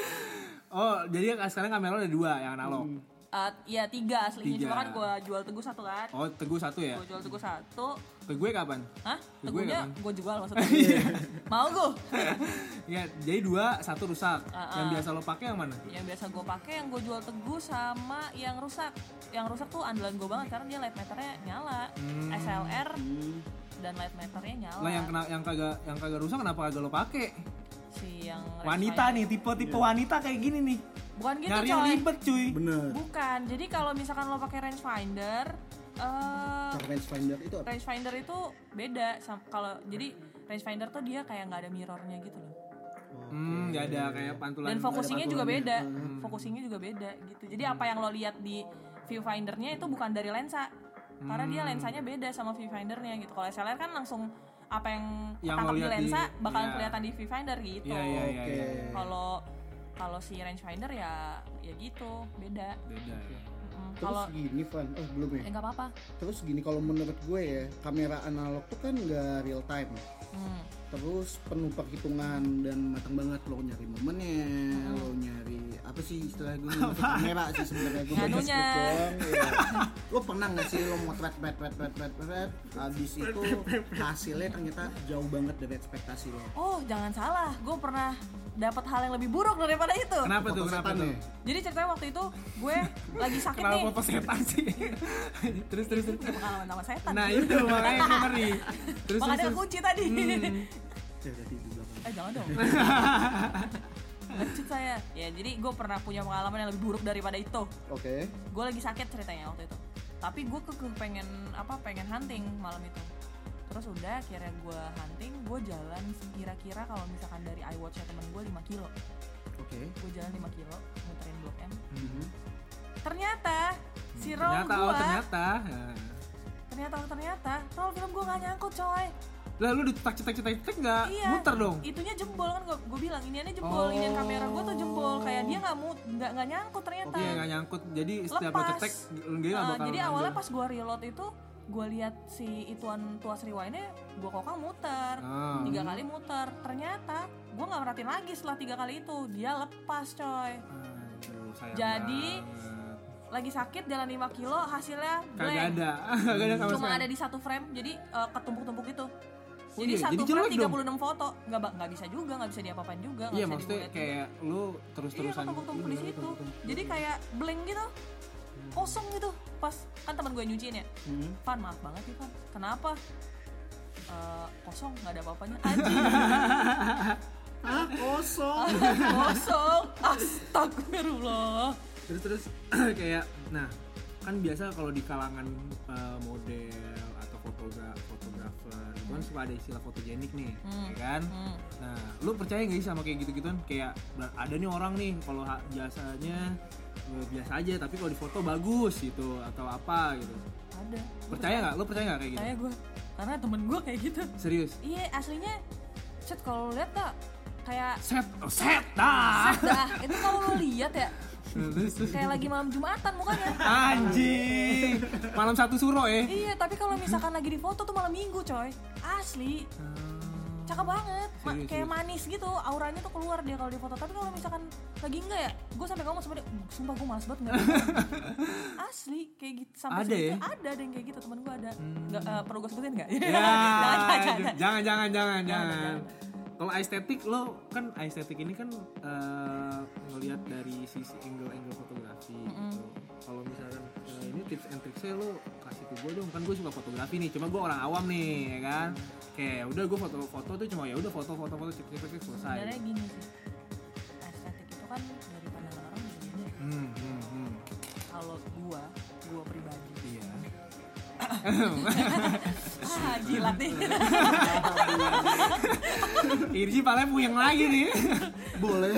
Oh, jadi sekarang kamera lo ada dua yang analog. Uh, ya tiga aslinya Tiga. cuma kan gue jual teguh satu kan Oh, Teguh satu ya? gue jual teguh satu Ke gue kapan? hah Ke gue teguhnya kapan? gue jual maksudnya mau gue Ya, jadi dua, satu rusak. Ah, Yang ah. biasa lo pakai yang mana? yang biasa gue pakai yang gue jual teguh sama yang rusak yang rusak tuh andalan gue banget karena dia light meternya nyala Hmm. S L R dan light meternya nyala Lah yang kena yang kagak yang kagak rusak kenapa kagak lo pakai? si yang Wanita rangefinder. nih, tipe-tipe wanita kayak gini nih. bukan gitu Nyari yang coy ribet cuy. bener bukan jadi kalau misalkan lo pakai rangefinder eh rangefinder itu apa rangefinder itu beda sam- kalau jadi rangefinder tuh dia kayak nggak ada mirrornya gitu loh Hmm, nggak ada kayak pantulan. dan focusingnya juga beda pantulannya. focusingnya juga beda gitu jadi apa yang lo lihat di viewfindernya itu bukan dari lensa karena dia lensanya beda sama viewfindernya gitu kalau S L R kan langsung apa yang Yang ketangkap lo di lihat di- lensa bakalan iya. kelihatan di viewfinder gitu Iya, iya, iya. Oke. iya. kalau kalau si rangefinder ya ya gitu beda Beda ya. Mm, terus kalau gini Van oh belum ya eh nggak apa-apa terus gini kalau menurut gue ya kamera analog tuh kan nggak real time hmm. terus penuh perhitungan dan matang banget lo nyari momennya Hmm. lo nyari apa sih istilah gue nyari kamera sih sebenarnya gue baca Nganunya. speed doang ya. Lo pernah nggak sih lo motret pet pet pet pet pet habis itu hasilnya ternyata jauh banget dari ekspektasi lo Oh jangan salah, gue pernah dapat hal yang lebih buruk daripada itu. Kenapa tuh? Foto Kenapa setan tuh? ya? Jadi ceritanya waktu itu gue lagi sakit Kenapa nih. foto setan sih? terus terus terus. Punya pengalaman sama setan. Nah itu makanya gue ngeri. Terus Makanya terus. ada kunci tadi. Ya, tadi di belakang. eh jangan dong. Lanjut saya. Ya jadi gue pernah punya pengalaman yang lebih buruk daripada itu. Oke Gue lagi sakit ceritanya waktu itu. Tapi gue kekeh pengen apa? Pengen hunting malam itu. Terus udah akhirnya gue hunting, gue jalan kira-kira kalau misalkan dari iWatch-nya temen gue lima kilo. oke Gue jalan lima kilo muterin Blok M. Mhm. Ternyata si roll Ternyata gue oh ternyata. Nah. ternyata oh ternyata roll film gue nggak nyangkut coy. Lah lu dicetak cetak cetak cetak nggak Iya, muter dong. itunya jembol kan gue gue bilang iniannya jembol, Oh. inian kamera gue tuh jembol kayak dia nggak mut nggak nggak nyangkut ternyata. Oke nggak nyangkut. Jadi setiap lo Lepas. cetek dia nggak Nah, bakal. jadi ngambil. awalnya pas gue reload itu gue lihat si ituan tuas rewind-nya gue kokang muter Ah. tiga kali muter ternyata gue nggak merhatiin lagi setelah tiga kali itu dia lepas coy. Aduh, sayang Jadi, banget. Lagi sakit jalan lima kilo hasilnya Kagak blank. ada. Kagak ada sama Cuma sekali. ada di satu frame jadi eh, ketumpuk-tumpuk gitu. Oh, Jadi iya, satu jadi frame jelek tiga dong. puluh enam foto. Nggak ba- nggak bisa juga, nggak bisa diapa-apain juga. nggak Iya bisa maksudnya dibuat kayak lu Iya, terus-terusan ketumpuk-tumpuk di Iya, situ. ketumpuk-tumpuk. Jadi kayak blank gitu. Kosong gitu. Pas kan teman gue nyuciin ya. Hmm. Van, maaf banget nih Van. Kenapa? Eh, kosong, nggak ada apa-apanya. Anjing. Ah, kosong. Kosong. Astagfirullah. Terus terus kayak nah kan biasa kalau di kalangan uh, model atau fotogra fotografer itu kan suka ada istilah fotogenik nih, Hmm. ya kan? Hmm. Nah, lu percaya nggak sih sama kayak gitu-gituan? Kayak ada nih orang nih kalau ha- jasanya eh, biasa aja, tapi kalau di foto bagus gitu atau apa gitu. Ada. Percaya nggak? Lu percaya nggak kayak gitu? Percaya gue. Karena temen gue kayak gitu. Serius? Iya, aslinya set kalau lihat tak kayak Set, oh set dah. set dah. Itu kalau lo lihat ya Terus, terus. kayak lagi malam Jumatan mukanya. Anjing. Malam satu suro ya. Iya, tapi kalau misalkan lagi di foto tuh malam minggu, coy. Asli. Cakep banget. Ma- Serius, kayak serius. manis gitu. Auranya tuh keluar dia kalau di foto. Tapi kalau misalkan lagi enggak ya, gue sampai ngomong sama dia, sumpah gue malas banget enggak. Asli kayak gitu sampai Ada segitu. ya? Ada ada yang kayak gitu temen gue ada. Hmm. Nggak, eh, perlu gue sebutin enggak? Ya, jangan, jangan, jangan, jangan, jangan, Jangan, jangan. jangan. Kalau estetik lo kan estetik ini kan eh, ngelihat dari sisi angle-angle fotografi. Mm-mm. Gitu. Kalau misalkan eh, ini tips and tricksnya lo kasih ke gue dong, kan gue suka fotografi nih, cuma gue orang awam nih, ya kan. Kayak udah gue foto-foto tuh cuma ya udah foto-foto-foto cek-cek selesai. Sebenarnya gini sih. Estetik itu kan dari pandangan orang beda-beda. ya. Hmm, hmm, hmm. Kalau gua, gua pribadi. Iya. Ah, jilat nih. Irji paling puyeng lagi nih. Boleh.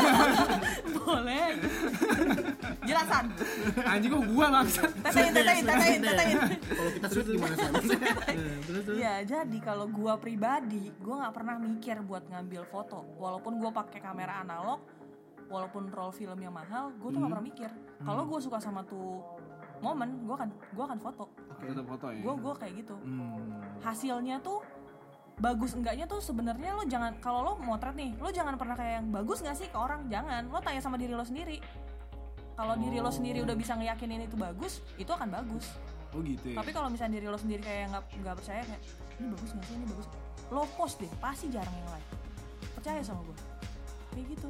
Boleh. Jelasan. Anjing kok gua maksud. Tetein, tetein, tetein, tetein. Kalau kita shoot gimana sih? Terus terus. Ya, jadi kalau gua pribadi, gua nggak pernah mikir buat ngambil foto. Walaupun gua pakai kamera analog, walaupun roll film yang mahal, gua tuh nggak pernah mikir. Kalau gua suka sama tuh momen, gua akan gua akan foto. Foto-foto ya. Gua gua kayak gitu. Hmm. Hasilnya tuh bagus enggaknya tuh sebenarnya lo jangan, kalau lo motret nih, lo jangan pernah kayak yang bagus nggak sih ke orang, jangan. Lo tanya sama diri lo sendiri. Kalau Oh. diri lo sendiri udah bisa ngeyakinin itu bagus, itu akan bagus. Oh gitu ya. Tapi kalau misalnya diri lo sendiri kayak nggak nggak percaya kayak ini bagus nggak sih, ini bagus, lo post deh, pasti jarang yang like. Percaya sama gue. Kayak gitu.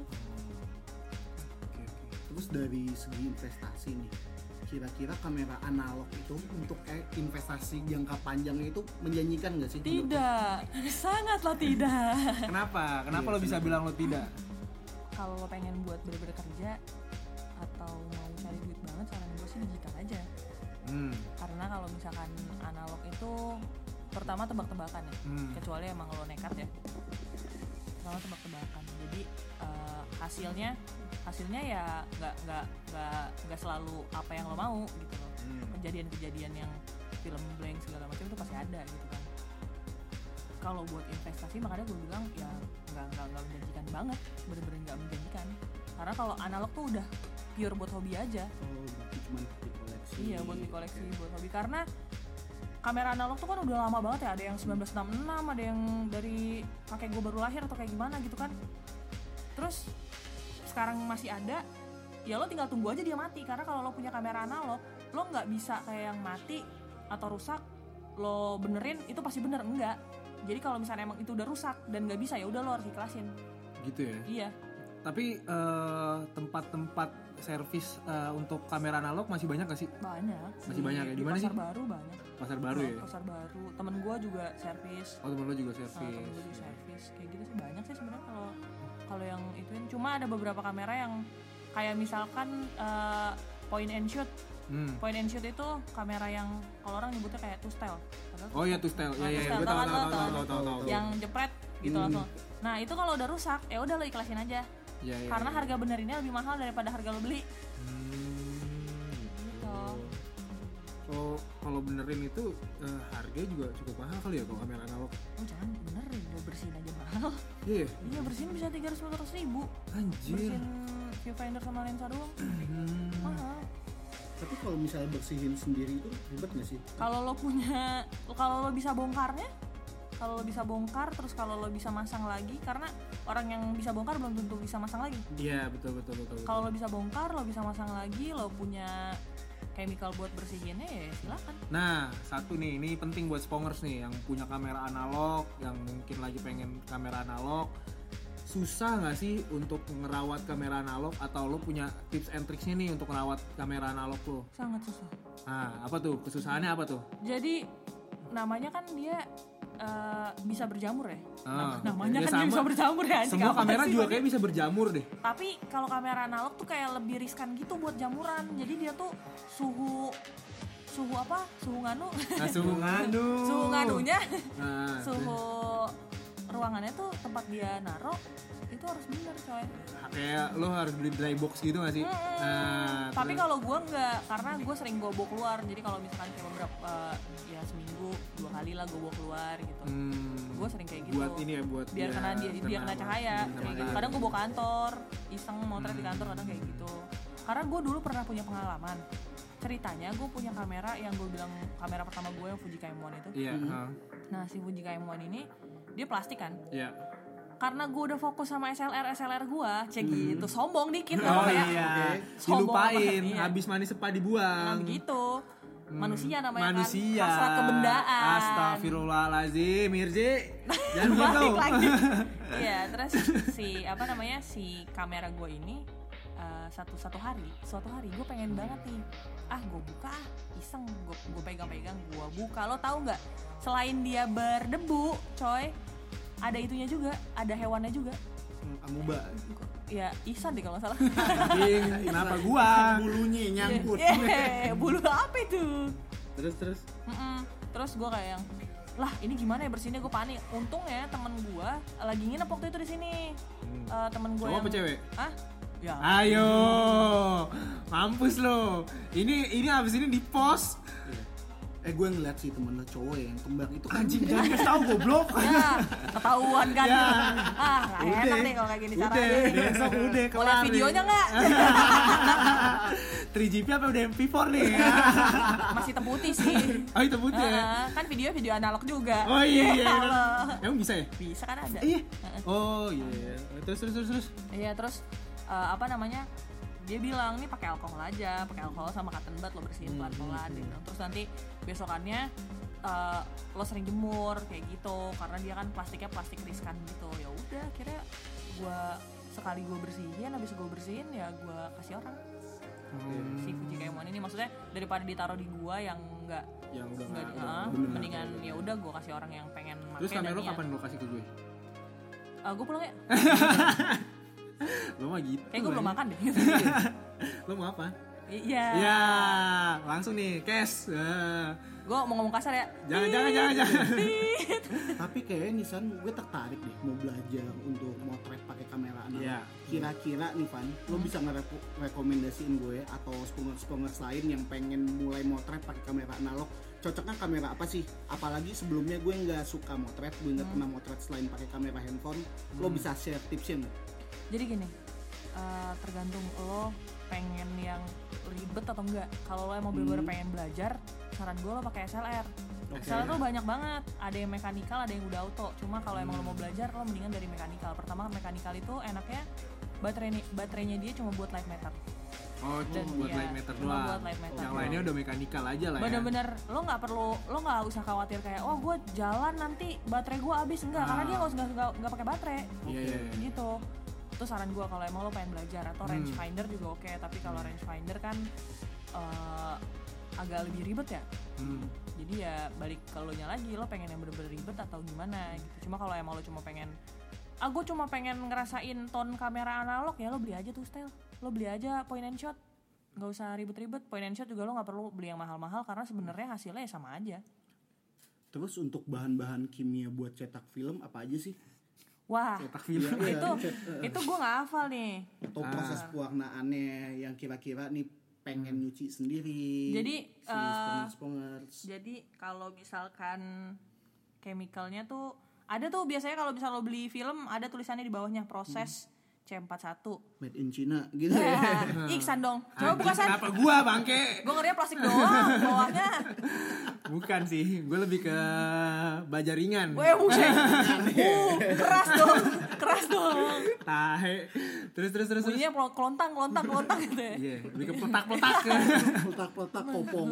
Oke, oke. Terus dari segi investasi nih, kira-kira kamera analog itu untuk eh, investasi jangka panjangnya itu menjanjikan nggak sih? Tidak, sangatlah tidak. Kenapa? Kenapa Iya, lo bisa kenapa? bilang lo tidak? Kalau lo pengen buat bener-bener kerja atau mau cari duit banget, saran gue sih digital aja. Hmm. Karena kalau misalkan analog itu pertama tebak-tebakan ya, Hmm. kecuali emang lo nekat ya. Pertama tebak-tebakan. Jadi eh, hasilnya hasilnya ya nggak nggak nggak nggak selalu apa yang lo mau gitu loh. Hmm. Kejadian-kejadian yang film blank segala macam itu pasti ada gitu kan. Kalau buat investasi makanya gue bilang ya nggak nggak nggak menjanjikan banget, bener-bener nggak menjanjikan. Karena kalau analog tuh udah pure buat hobi aja. Oh, berarti cuma di koleksi. Iya, buat di koleksi, buat hobi. Karena kamera analog tuh kan udah lama banget ya. Ada yang seribu sembilan ratus enam puluh enam, ada yang dari kakek gue baru lahir atau kayak gimana gitu kan. Terus sekarang masih ada, ya lo tinggal tunggu aja dia mati. Karena kalau lo punya kamera analog, lo nggak bisa kayak yang mati atau rusak lo benerin itu pasti bener, enggak. Jadi kalau misalnya emang itu udah rusak dan nggak bisa, ya udah lo harus ikhlasin. Gitu ya. Iya. Tapi eh, tempat-tempat servis eh, untuk kamera analog masih banyak gak sih? Banyak. Masih banyak ya? Di mana Pasar sih? Baru banyak. Pasar baru ya? Pasar Baru. Temen gue juga servis. Oh temen lo juga Nah, temen servis. gue juga servis. Kayak gitu sih banyak sih sebenarnya kalau kalau yang ituin. Cuma ada beberapa kamera yang kayak misalkan eh, point and shoot. Hmm. Point and shoot itu kamera yang kalau orang nyebutnya kayak two style. Padahal Oh iya tuh style. Nah, Ya ya, two gue style, tahu tau kan tahu lo, tahu tau. tahu tahu tahu. yang jepret gitu Hmm. langsung. Nah itu kalau udah rusak, ya udah lo ikhlasin aja. Ya, ya, Karena ya. harga benerinnya lebih mahal daripada harga lo beli. Hmm. Gitu. Oh, kalau benerin itu eh, harganya juga cukup mahal kali ya kalau kamera analog. Oh jangan benerin, lo bersihin aja mahal. Iya. Iya bersihin bisa tiga ratus ribu. Anjir. Bersihin viewfinder sama lensa doang Hmm. mahal. Tapi kalau misalnya bersihin sendiri itu ribet nggak sih? Kalau lo punya, kalau lo bisa bongkarnya, kalau lo bisa bongkar, terus kalau lo bisa masang lagi, karena orang yang bisa bongkar belum tentu bisa masang lagi. Iya betul betul betul. betul. Kalau lo bisa bongkar, lo bisa masang lagi, lo punya chemical buat bersihinnya ya silakan. Nah, satu nih, ini penting buat spongers nih yang punya kamera analog, yang mungkin lagi pengen kamera analog. Susah nggak sih untuk ngerawat kamera analog, atau lo punya tips and tricksnya nih untuk ngerawat kamera analog lo? Sangat susah. Nah, apa tuh? Kesusahannya apa tuh? Jadi namanya kan dia uh, bisa berjamur ya. Ah, namanya ya kan dia sama, bisa berjamur ya. Semua kamera juga kayak bisa berjamur deh. Tapi kalau kamera analog tuh kayak lebih riskan gitu buat jamuran. Jadi dia tuh suhu suhu apa? Suhu nganu. Nah, suhu nganu. suhu nganunya. Nah, suhu ruangannya tuh tempat dia naro itu harus bener coy. Kayak lo harus beli dry box gitu gak sih? Mm-mm. Nah, tapi terus- kalau gue enggak, karena gue sering gue bawa keluar. Jadi kalau misalkan kayak beberapa ya seminggu dua kali lah gue bawa keluar gitu. Hmm, Gue sering kayak gitu. buat ini ya, buat biar kena dia biar kena cahaya. kena Kayak gitu. matahari. Kadang gue bawa kantor, iseng motret di kantor kadang kayak gitu. Karena gue dulu pernah punya pengalaman. Ceritanya gue punya kamera yang gue bilang kamera pertama gue yang Fuji K M satu itu. Iya, ha. Nah si Fuji K M satu ini dia plastik kan. Iya. Karena gue udah fokus sama S L R S L R gue, cek gitu, sombong dikit Oh loh ya. iya, Sombong dilupain, banget, iya. habis manis sepa Nah dibuang. begitu, manusia namanya Manusia. kan, hasrat kebendaan. Astagfirullahaladzim, Mirji. Jangan gitu. Balik lagi. Iya, terus si apa namanya si kamera gue ini uh, satu satu hari, suatu hari gue pengen banget nih, ah gue buka, ah, iseng, gue gue pegang-pegang, gue buka. Lo tahu nggak? Selain dia berdebu, coy, ada itunya juga, ada hewannya juga. Amuba. Ya Ihsan deh kalau nggak salah. Anjing, kenapa gua? Bulunya nyangkut. Yeah, bulu apa itu? Terus terus. Mm-mm. Terus gue kayak yang, lah ini gimana ya bersihinnya, gue panik. Untungnya temen gue lagi nginep waktu itu di sini. Hmm. Uh, temen gue Cowok yang apa cewek? ah ya Ayo, mampus lo. Ini ini abis ini di post. Eh gue ngeliat sih temen lo cowok ya yang kembar itu kan. Anjing, jangan kasih tau goblok. ya ketahuan kan. Ya. Ah nggak enak deh kalau kayak gini Udah, caranya. besok udah Boleh kelar. videonya nih. nggak? tiga G P apa udah M P empat nih? Masih hitam putih sih. Oh itu putih ya? Uh, kan video video analog juga. Oh iya iya. Halo. Emang bisa ya? Bisa kan ada. Iya. Oh iya. Terus terus terus terus. Iya terus uh, apa namanya, dia bilang nih pakai alkohol aja, pakai alkohol sama cotton bud lo bersihin Hmm, pelan-pelan gitu. Terus nanti besokannya uh, lo sering jemur kayak gitu, karena dia kan plastiknya plastik riskan gitu. Ya udah, akhirnya gue sekali gue bersihin, habis gue bersihin ya gue kasih orang. Hmm. Si Fuji K M satu ini maksudnya daripada ditaruh di gua yang enggak Yang udah enggak nggak. uh, bener. mendingan ya udah gua kasih orang yang pengen pakai. Terus kamera lo dan kapan lo kasih ke gue? Uh, gue pulang ya. Lo mah gitu. Kayak gue belum makan deh. Lo mau apa? Iya. Ya, langsung nih, cash. Uh. Gue mau ngomong kasar ya. Jangan jangan jangan jangan. Tapi kayaknya Nisan gue tertarik deh mau belajar untuk motret pakai kamera analog. Iya. Kira-kira nih Van, lo bisa ngerekomendasiin gue atau spongers-spongers lain yang pengen mulai motret pakai kamera analog, cocoknya kamera apa sih? Apalagi sebelumnya gue nggak suka motret, gue nggak pernah motret selain pakai kamera handphone. Lo bisa share tipsnya nggak? Jadi gini, uh, tergantung lo pengen yang ribet atau enggak. Kalau lo emang bener-bener pengen belajar, saran gue lo pakai S L R. Oke. S L R tuh banyak banget, ada yang mekanikal, ada yang udah auto. Cuma kalau emang lo mau belajar, lo mendingan dari mekanikal. Pertama mekanikal itu enaknya baterai baterainya dia cuma buat light meter. Oh, Dan cuma buat iya, light meter cuma doang. buat light meter Yang doang. lainnya udah mekanikal aja lah ya. Bener-bener lo nggak perlu, lo nggak usah khawatir kayak, oh gue jalan nanti baterai gue habis, enggak, Ah. karena dia nggak usah nggak nggak pakai baterai. Iya, iya, iya. Gitu. Itu saran gue kalau emang lo pengen belajar. Atau Hmm. rangefinder juga oke, tapi kalau rangefinder kan uh, agak lebih ribet ya. Hmm. Jadi ya balik ke lo nya lagi, lo pengen yang bener-bener ribet atau gimana gitu. Cuma kalau emang lo cuma pengen, ah gue cuma pengen ngerasain tone kamera analog, ya lo beli aja tuh style. Lo beli aja point and shot, nggak usah ribet-ribet. Point and shot juga lo nggak perlu beli yang mahal-mahal karena sebenarnya hasilnya ya sama aja. Terus untuk bahan-bahan kimia buat cetak film apa aja sih? Wah, Cetak film. Iya, itu cet- itu gue nggak hafal nih. Atau proses pewarnaannya yang kira-kira nih pengen nyuci sendiri. Jadi, si uh, spongers-spongers. Jadi kalau misalkan chemicalnya tuh ada tuh biasanya kalau misal lo beli film ada tulisannya di bawahnya proses C empat puluh satu. Made in China gitu Ya, ya. Iksan dong. Coba buka San. Kenapa gua bangke? Gue ngerinya plastik doang bawahnya. Bukan sih, gue lebih ke baja ringan. Weh, buset. Uh, keras dong. Keras dong. Tahe. Terus terus terus. Bunyinya kelontang, kelontang, kelontang gitu ya. Iya, lebih ke peletak-peletak. Petak-petak kopong.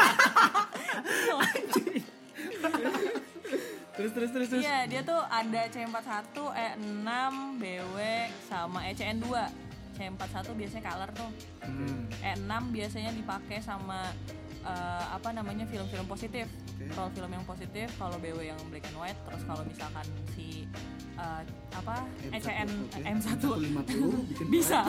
Terus terus terus terus. Iya, dia tuh ada C empat puluh satu, E enam, B W sama E C N dua. C empat puluh satu biasanya color tuh. Hmm. E enam biasanya dipakai sama uh, apa namanya film-film positif. Oke. Kalau film yang positif, kalau B W yang black and white, terus kalau misalkan si uh, apa E C N oke. M satu lima puluh bikin bisa.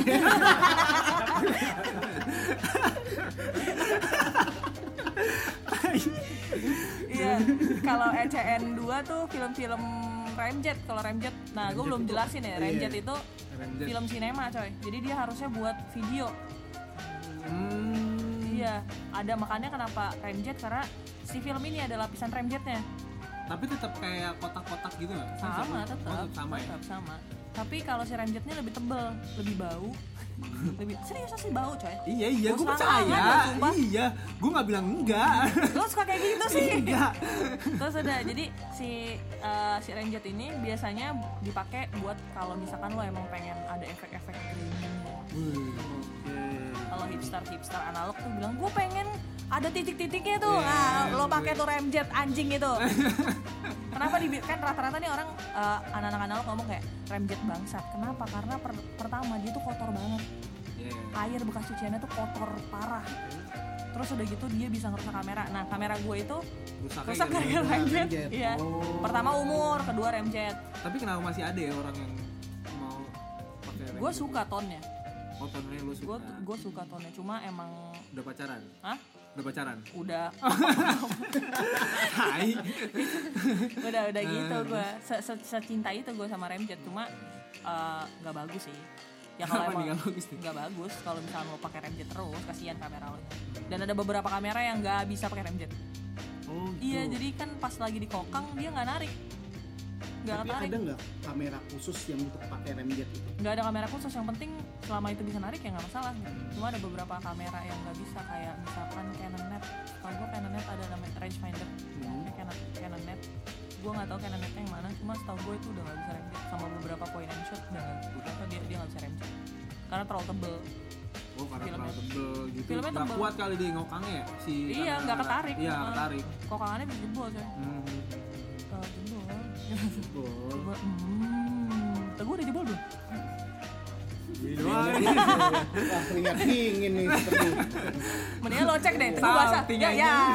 Iya, kalau E C N dua tuh film-film Ramjet. Kalau Ramjet, nah gue belum jelasin ya. Ramjet Iya. itu Ramjet. film sinema coy. Jadi dia harusnya buat video. Hmm. Iya, ada makanya kenapa Ramjet, karena si film ini ada lapisan Ramjetnya. Tapi tetap kayak kotak-kotak gitu nggak? Sama, Oh, tetap, sama ya. tetap sama. Tapi kalau si Ramjetnya lebih tebel, lebih bau. lebih serius sih bau coy. Iya iya, gue Gua percaya. serangan, sumpah. Iya, gue nggak bilang enggak. Lo suka kayak gitu sih? Enggak. Terus udah, jadi si uh, si Ramjet ini biasanya dipakai buat kalau misalkan lo emang pengen ada efek-efek greening. Kalau hipster-hipster analog tuh bilang, gue pengen ada titik-titiknya tuh. Yeah, Nah, lo pakai tuh Ramjet anjing itu. Kenapa di kan rata-rata nih orang uh, anak-anak analog ngomong kayak Ramjet bangsat. Kenapa? Karena per, pertama dia tuh kotor banget. Yeah. Air bekas cuciannya tuh kotor parah. Terus udah gitu dia bisa ngerusak kamera. Nah, kamera gue itu Rusaknya rusak gara-gara gara-gara Ramjet. Ramjet. Iya. Oh. Pertama umur, kedua Ramjet. Tapi kenapa masih ada ya orang yang mau pakai Gue suka tonnya. Oh, tonnya lu Gue suka. gue suka tonnya. Cuma emang Udah pacaran? Hah? Udah pacaran? Udah Hai. udah udah gitu gue se -se secinta itu gue sama Ramjet. Cuma eh, nggak bagus sih ya kalau Kenapa nih emang nggak bagus nih? nggak bagus kalau misalnya mau pakai Ramjet terus, kasihan kamera lo. Dan ada beberapa kamera yang nggak bisa pakai Ramjet. Oh gitu. Iya, jadi kan pas lagi di kokang dia nggak narik, nggak Tapi tarik. ada nggak kamera khusus yang untuk pakai Ramjet itu? Nggak ada kamera khusus, yang penting selama itu bisa narik ya nggak masalah. Cuma ada beberapa kamera yang nggak bisa, kayak misalkan Canon net. Kalau gue Canon net ada namanya rangefinder, Hmm. ya, Canon Canon net. Gue nggak tahu Canon netnya yang mana, cuma setahu gue itu udah nggak bisa Ramjet. Sama beberapa point and shoot udah nggak, apa dia dia nggak bisa Ramjet karena terlalu tebel. Oh, karena Filmnya. terlalu tebel gitu. Filmnya Nggak tebel. kuat kali dia ngokangnya ya si. Iya, kamera- nggak ketarik. Iya, Heeh. ketarik. Kokangannya bisa jebol coy. Hmm. Uh, jebol. Oh. Jebol. Hmm. Tuh, gue udah jebol belum? Ini doang. Wah, keringat dingin nih seperti. Mendingan lo cek deh, tuh gue basah. Salting Ya, aja. ya.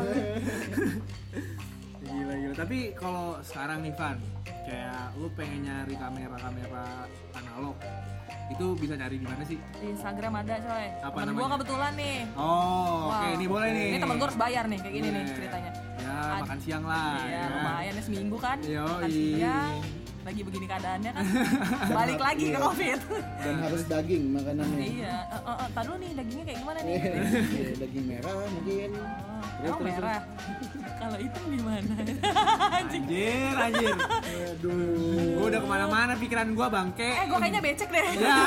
Gila gila. Tapi kalau sekarang nih Van, kayak lu pengen nyari kamera-kamera analog, itu bisa nyari di mana sih? Di Instagram ada coy. Apa Temen gue namanya? kebetulan nih. Oh, oke, Wow. ini boleh nih. Ini temen gue harus bayar nih, kayak gini nih Iya. ceritanya. Ya, Ad- makan siang lah. Iya, ya. lumayan ya seminggu kan. Yoi. Makan siang, lagi begini keadaannya kan. Balik lagi ke Iya. Covid. Dan harus daging makanannya. Iya, eh eh, eh, tar dulu nih dagingnya kayak gimana nih? Iya, daging merah mungkin. Oh, oh merah. Kalau hitam gimana? Anjing. Anjir, anjir. Aduh. Gua udah kemana-mana pikiran gua bangke. Eh, gue kayaknya becek deh. Ya.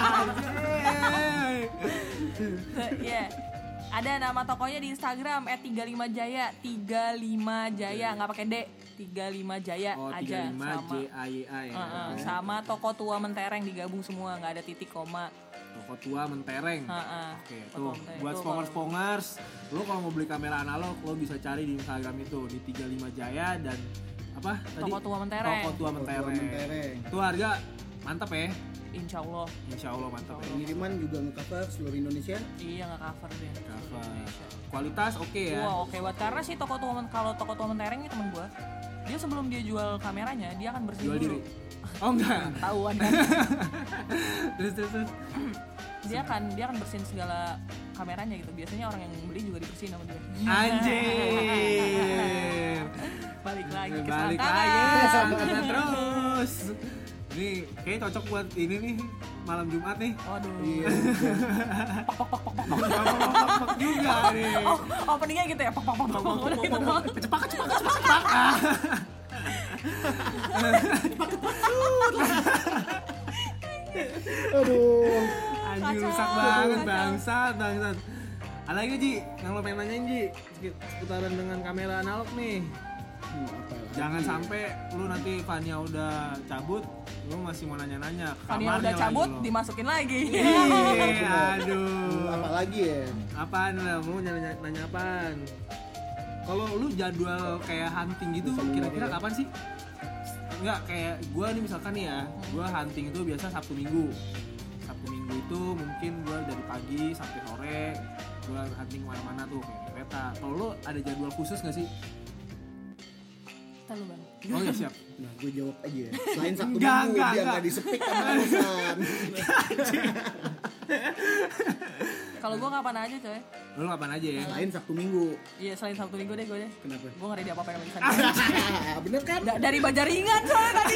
Iya. Ada nama tokonya di Instagram et tiga lima jaya, tiga lima jaya, nggak pakai D, tiga lima jaya Oh, aja tiga puluh lima sama. J A Y A ya. Uh, uh, sama toko tua Mentereng digabung semua, nggak ada titik koma. Toko tua Mentereng. Uh, uh, Oke, Toko tuh Mentereng. buat Tuh, spongers-spongers, lo kalau mau beli kamera analog, lo bisa cari di Instagram itu di tiga puluh lima Jaya dan apa tadi? Toko tua Mentereng. Toko tua Mentereng. Mentereng. Itu harga mantap ya. Insya Allah. Insya Allah mantap ya. Pengiriman juga nge-cover seluruh Indonesia. Iya, nggak cover dia. Cover. Indonesia. Kualitas oke ya. Wah, oke buat, karena sih toko tua Men- kalau toko tua Mentereng ini temen gue, dia sebelum dia jual kameranya dia akan bersihin Jual dulu. diri. Oh enggak. Tahuan kan? terus terus terus. dia akan dia akan bersihin segala kameranya gitu. Biasanya orang yang beli juga dibersihin sama dia. Anjir. Balik lagi ke Balik selangkangan. lagi selangkangan terus. Ini kayak cocok buat ini nih malam Jumat nih. Waduh. Iya. Pok-pok juga nih. Oh, openingnya gitu ya. Pok pok pok pok. Udah gitu doang. Cepak cepak cepak cepak. Ah. Bangsat, bangsat. Ada lagi Ji, yang lo pengen nanyain Ji seputaran dengan kamera analog nih. Hmm, apa lagi? Jangan sampai lu nanti Fania udah cabut, lu masih mau nanya-nanya. Fania udah cabut, dimasukin lagi. Ih, aduh. Apa lagi ya? Apaan lah, mau nanya, nanya apaan? Kalau lu jadwal kayak hunting gitu, kira-kira kapan sih? Enggak, kayak gue nih misalkan nih ya, gue hunting itu biasa Sabtu Minggu. Sabtu Minggu itu mungkin gue dari pagi sampai sore, gue hunting kemana-mana tuh kayak kereta. Kalau lu ada jadwal khusus nggak sih? Lu bang. Oh ya siap. Nah, gue jawab aja ya. Selain Sabtu Enggak, Minggu, enggak, dia enggak. nggak disepik sama alasan. Kalau gue kapan aja coy. Lu kapan aja ya? Selain Sabtu Minggu. Iya selain Sabtu Minggu deh gue deh. Kenapa? Gue ngeri dia apa-apa yang bisa. Bener kan? Da- dari Banjaringan soalnya tadi.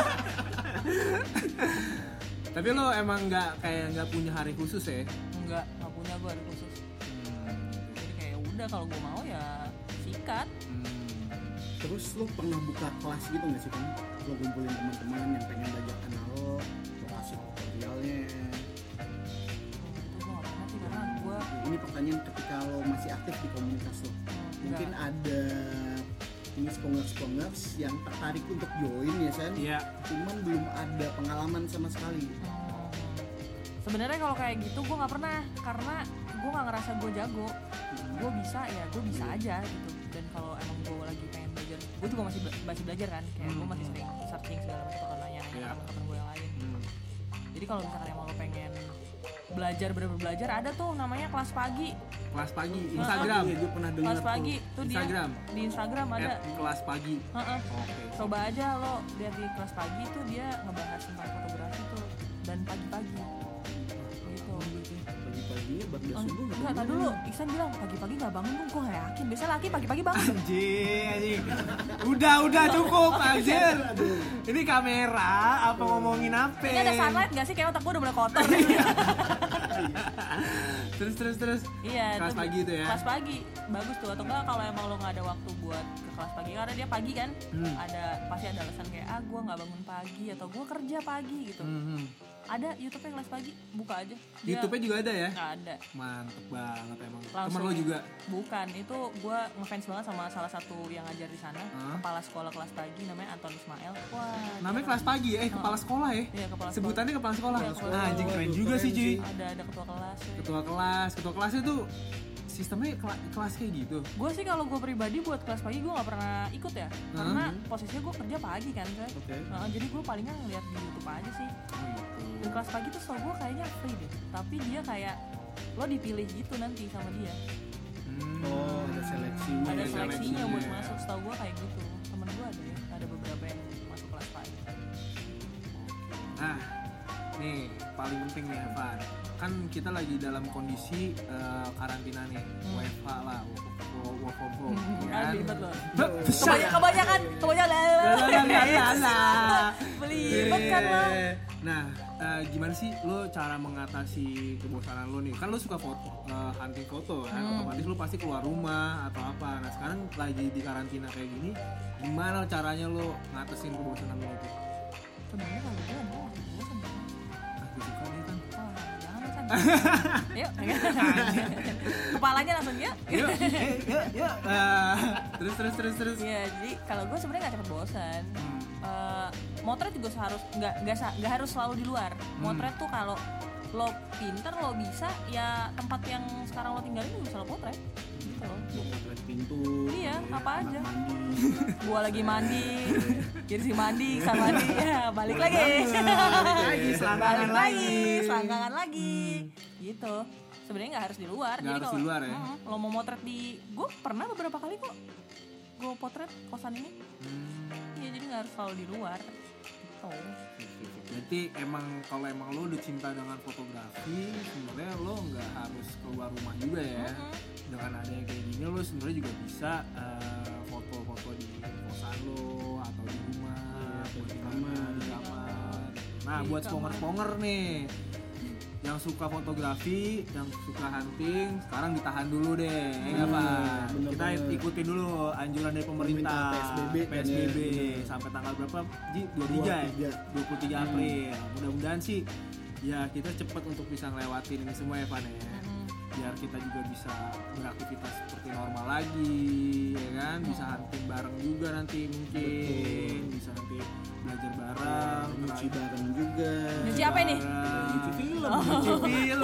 Tapi lo emang nggak kayak nggak punya hari khusus ya? Enggak, nggak punya gue hari khusus. Jadi kayak udah kalau gue mau ya sikat. Hmm. Terus lo pernah buka kelas gitu nggak sih kan? Lo kumpulin teman-teman yang pengen belajar analog, lo kasih tutorialnya. Itu gue nggak pernah sih karena gue Ini pertanyaan ketika lo masih aktif di komunitas lo. Mungkin ada ini spongers-spongers yang tertarik untuk join ya San? Iya. Cuman belum ada pengalaman sama sekali. Hmm. Sebenarnya kalau kayak gitu gue nggak pernah karena gue nggak ngerasa gue jago. Gue bisa ya, gue bisa aja gitu. Dan kalau emang gue lagi pengen belajar, gue juga masih bela- masih belajar kan. Kayak gue masih sering searching segala macam atau nanya-nanya Iya. sama temen gue yang lain. Hmm. Jadi kalau misalkan emang lo pengen belajar bener-bener belajar, ada tuh namanya kelas pagi. Kelas pagi Instagram. Iya, gue pernah dengar Kelas pagi tuh dia Instagram. di Instagram ada. At kelas pagi. Heeh. Oke. Coba aja lo lihat di kelas pagi tuh dia ngebahas tentang fotografi tuh dan pagi-pagi. Gitu. Pagi-paginya bagda Oh, subuh enggak, tadi dulu Iksan bilang pagi-pagi gak bangun dong, gue gak yakin. Biasanya laki pagi-pagi bangun. Anjing, anjing. Udah, udah cukup anjir. Ini kamera apa ngomongin apa? Ini ada sunlight gak sih? Kayak otak gue udah mulai kotor. Terus terus terus. Iya, Kelas tuh, pagi itu ya? Kelas pagi, bagus tuh. Atau enggak kalau emang lo gak ada waktu buat ke kelas pagi, karena dia pagi kan, Hmm. ada pasti ada alasan kayak ah gue gak bangun pagi atau gue kerja pagi gitu. Hmm. Ada YouTube-nya kelas pagi, buka aja. Dia YouTube-nya juga ada ya? ada. Mantep banget emang. Langsung. Temen lo juga? Bukan, itu gue ngefans banget sama salah satu yang ngajar di sana, Hah? kepala sekolah kelas pagi namanya Anton Ismail. Wah, Namanya kelas pagi ya? Eh, kepala sekolah ya? iya kepala sekolah. Sebutannya kepala sekolah? Iya, kepala Nah, anjing sekolah. keren Waduh, juga keren sih cuy. sih. Ada ada ketua kelas. Ya. Ketua kelas, ketua kelasnya tuh sistemnya kela- kelas kayak gitu. Gue sih kalau gue pribadi buat kelas pagi gue nggak pernah ikut ya, karena posisinya gue kerja pagi kan, coy. Oke. Nah, jadi gue palingan ngeliat di YouTube aja sih. Oh gitu. Dan kelas pagi tuh setahu gue kayaknya free deh, tapi dia kayak lo dipilih gitu nanti sama dia. Hmm. Oh, ada seleksinya. Ada Ada seleksinya seleksinya buat ya. masuk, setahu gue kayak gitu. Temen gue ada ya, ada beberapa yang masuk kelas pagi. Nah, nih paling penting nih Evan. Kan kita lagi dalam kondisi eh, karantina nih, W F H lah, work work from home. ya Ah, kan? belibet loh. Bep, Kebanyakan, kebanyakan, kebanyakan. Belibet kan lo. Nah, eh, gimana sih lo cara mengatasi kebosanan lo nih? Kan lo suka foto, eh, hunting foto kan? Hmm. Otomatis lo pasti keluar rumah atau apa. Nah, sekarang lagi di karantina kayak gini, gimana caranya lo ngatasin kebosanan lo itu? Sebenarnya kalau gue gue masih bosan. Aku suka nih kan. Wah, jangan kan. Yuk, kepalanya langsung yuk. Yuk, eh, yuk, yuk. Eh, terus, terus, terus, terus. Iya, jadi kalau gue sebenarnya nggak cepet bosan. Hmm. Eh, motret juga harus nggak nggak sa- nggak harus selalu di luar. Motret tuh kalau lo pinter lo bisa ya tempat yang sekarang lo tinggalin juga bisa lo potret. Gitu loh. Lo potret pintu. Iya, apa kamar aja. Mandi. Gua lagi mandi, jadi si mandi, Iksan mandi, ya balik lagi. Lagi, selangkangan Balik lagi. lagi, selangkangan lagi, gitu. Sebenarnya nggak harus di luar. Nggak harus kalau di luar ya? mm, lo mau motret di, gue pernah beberapa kali kok, gue potret kosan ini. Hmm. Iya, jadi nggak harus selalu di luar. Gitu. Berarti emang kalau emang lo udah cinta dengan fotografi, sebenarnya lo nggak harus keluar rumah juga ya. Mm-mm. Dengan adanya kayak gini lo sebenarnya juga bisa eh, foto-foto di kosan lo atau di rumah, Iya, buat di di kamar. kamar, di kamar. Nah, Di buat kamar. sponger-sponger nih yang suka fotografi, yang suka hunting, sekarang ditahan dulu deh, ya nggak Hmm, Pak? bener Kita banget. ikutin dulu anjuran dari pemerintah, Pemerintah, P S B B P S B B kan ya, sampai tanggal berapa? Ji, dua puluh tiga ya? dua puluh tiga April. Mudah-mudahan sih ya kita cepet untuk bisa ngelewatin ini semua ya Pak ya. Mm-mm. biar kita juga bisa beraktivitas seperti normal lagi, ya kan? Bisa hunting bareng juga nanti mungkin, bisa nanti belajar bareng, Nyuci bareng juga. Nyuci apa ini? Nyuci film. Nyuci film.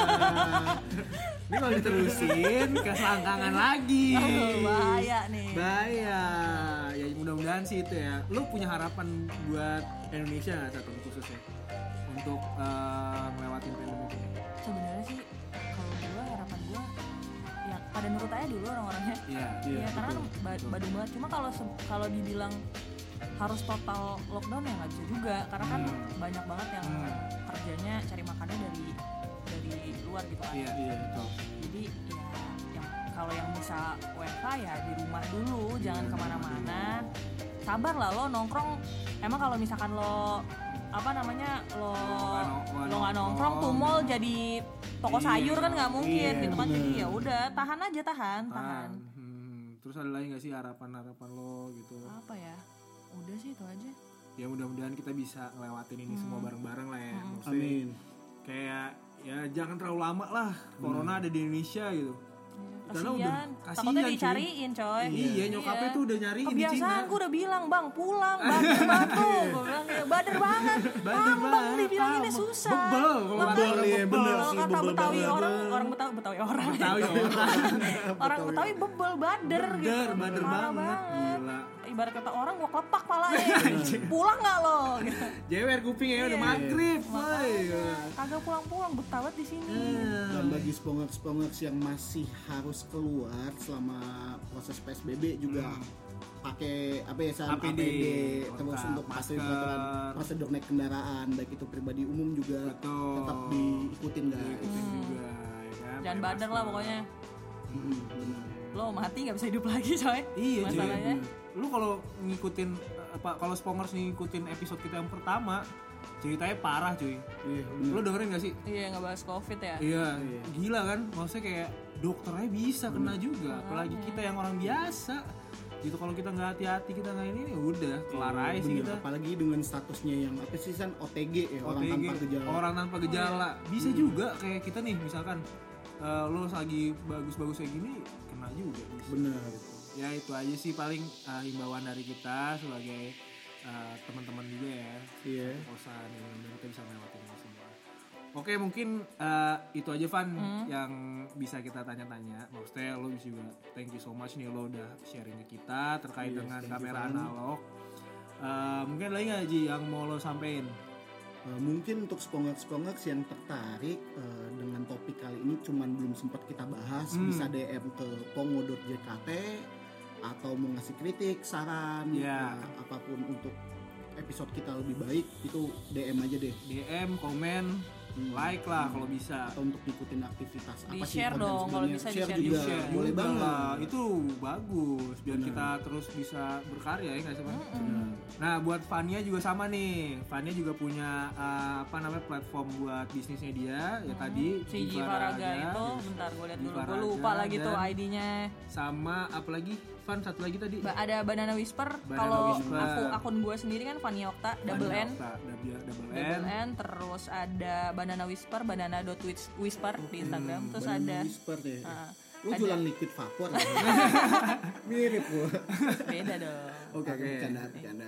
Ini kalau diterusin keselangkangan lagi. Oh, bahaya nih. Bahaya. Ya mudah-mudahan sih itu ya. Lu punya harapan buat Indonesia nggak satu khususnya untuk uh, ngelewatin pandemi ini? Sebenarnya sih kalau gue harapan gue ya pada nurut aja dulu orang-orangnya. Iya. Iya, Ya karena betul, kan ba- badung banget. Cuma kalau se- kalau dibilang harus total lockdown ya nggak bisa juga karena kan Hmm. banyak banget yang Hmm. kerjanya cari makannya dari dari luar gitu kan. Iya, iya betul. Jadi ya yang kalau yang bisa W F H ya di rumah dulu, jangan Iya, kemana-mana. Sabar lah lo nongkrong. Emang kalau misalkan lo apa namanya lo Nggak nong- nggak lo nggak nongkrong nongkrong. tuh mall jadi toko Iya, sayur kan nggak mungkin iya, gitu kan. bener. Jadi ya udah tahan aja tahan tahan. Tahan. Hmm. Terus ada lagi nggak sih harapan-harapan lo gitu? Apa ya? Udah sih itu aja. Ya mudah-mudahan kita bisa ngelewatin ini semua bareng-bareng lah ya. Maksudnya Amin. kayak ya jangan terlalu lama lah corona ada di Indonesia gitu. Karena udah Kasian, kasihan, takutnya cuy. dicariin coy. Iya, nyokapnya tuh udah nyariin di Kebiasaan Cina. gue udah bilang bang pulang bader banget tuh. Gue bilang ya bader banget. Bader Bang bang banget, dibilanginnya ah, susah. bebel, kalau Bebel. bader iya, bebel. bener Kalau sih, kata bebel Betawi banget. orang orang Betawi Betawi orang. Tahu ya orang. Orang Betawi bebel bader gitu. Bader, bader Parah banget, gila. Ibarat kata orang gua kelepak palanya. Pulang nggak lo? Gitu. Jewer kupingnya udah Iya. maghrib, woy. Makanya, kagak pulang-pulang betah banget di sini. Dan bagi spongers-spongers yang masih harus keluar selama proses P S B B juga pakai apa ya San? A P D, terus lengkap, untuk patuhi masker. peraturan prosedur naik kendaraan baik itu pribadi umum juga Betul. tetap diikutin guys. Ikutin juga, ya kan? Jangan Pakai bader lah masker. pokoknya. Hmm, benar. Lo mati nggak bisa hidup lagi coy. Iya, cuy. Masalahnya. Lu kalau ngikutin apa kalau spongers ngikutin episode kita yang pertama, ceritanya parah cuy. Iya, Lu benar. dengerin gak sih? Iya nggak bahas covid ya. Iya, Iya. gila kan? Maksudnya kayak dokternya bisa kena juga, apalagi kita yang orang biasa. Gitu kalau kita nggak hati-hati kita nggak ini, ya udah kelar aja sih Bener, kita. apalagi dengan statusnya yang apa sih San? O T G ya, orang O T G, tanpa gejala. orang tanpa gejala. Bisa juga kayak kita nih misalkan eh, lu lagi bagus-bagus kayak gini kena juga. Bisa. Bener. Ya itu aja sih paling uh, himbauan dari kita sebagai uh, teman-teman juga ya. Iya. Kosan yang kita bisa melewati ini semua. Oke mungkin uh, itu aja Van Hmm. yang bisa kita tanya-tanya. Maksudnya lo bisa juga thank you so much nih lo udah sharing ke kita terkait Yes, dengan thank you, kamera Van. analog. Uh, mungkin lagi nggak Ji yang mau lo sampein? Uh, mungkin untuk spongers-spongers yang tertarik uh, dengan topik kali ini cuman belum sempat kita bahas, Hmm. bisa D M ke pongo dot j k t atau mau ngasih kritik, saran, Ya. uh, apapun untuk episode kita lebih baik itu D M aja deh. D M, komen, Hmm. like lah kalau bisa. Atau untuk ikutin aktivitas apa sih Di-share konten dong, kalau sebenarnya. bisa share di-share juga, juga. boleh juga banget. lah. Itu bagus biar Benar. kita terus bisa berkarya ya nggak sih Van? Benar. Nah buat Vania juga sama nih, Vania juga punya uh, apa namanya platform buat bisnisnya dia ya tadi Si Jivaraga itu, bentar gue lihat dulu, gue Jivaraga lupa lagi tuh dan- I D-nya. sama apa lagi Van satu lagi tadi Ba- ada Banana Whisper. Banana Kalau Whisper. aku akun gue sendiri kan Fania Okta, double Vania N, Okta, double, double N, double N. Terus ada Banana Whisper, banana dot whisper di Instagram. Terus Banana ada Whisper deh. Ah, Lu ada- jualan liquid vapor ya? Mirip gua. beda dong. Oke, oke, Oke. bercanda, bercanda.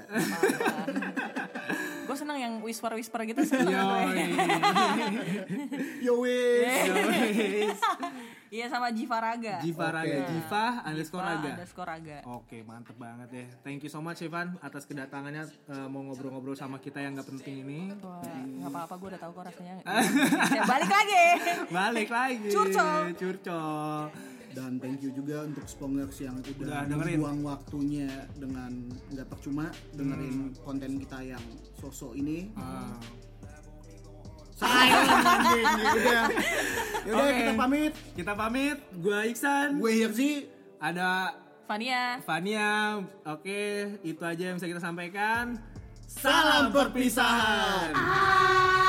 Gue seneng yang whisper whisper gitu seneng Yoi. gue. Yo wis. Yowis. Iya sama Jivaraga. Jivaraga, Oke. Jiva underscore Raga. Underscore Raga. Oke, mantep banget ya. Thank you so much Evan atas kedatangannya uh, mau ngobrol-ngobrol sama kita yang nggak penting ini. Wah, nggak apa-apa, gue udah tahu kok rasanya. Ya, balik lagi. Balik lagi. Curcol. Curcol. Dan thank you juga untuk spongers yang Udah udah dengerin. buang waktunya dengan nggak percuma dengerin konten kita yang sosok ini. Ah. Sayang anjing udah. Yaudah Oke. kita pamit. Kita pamit. Gua Iksan. Gue Hirzi. Ada Fania. Fania. Oke, itu aja yang bisa kita sampaikan. Salam perpisahan. Ah.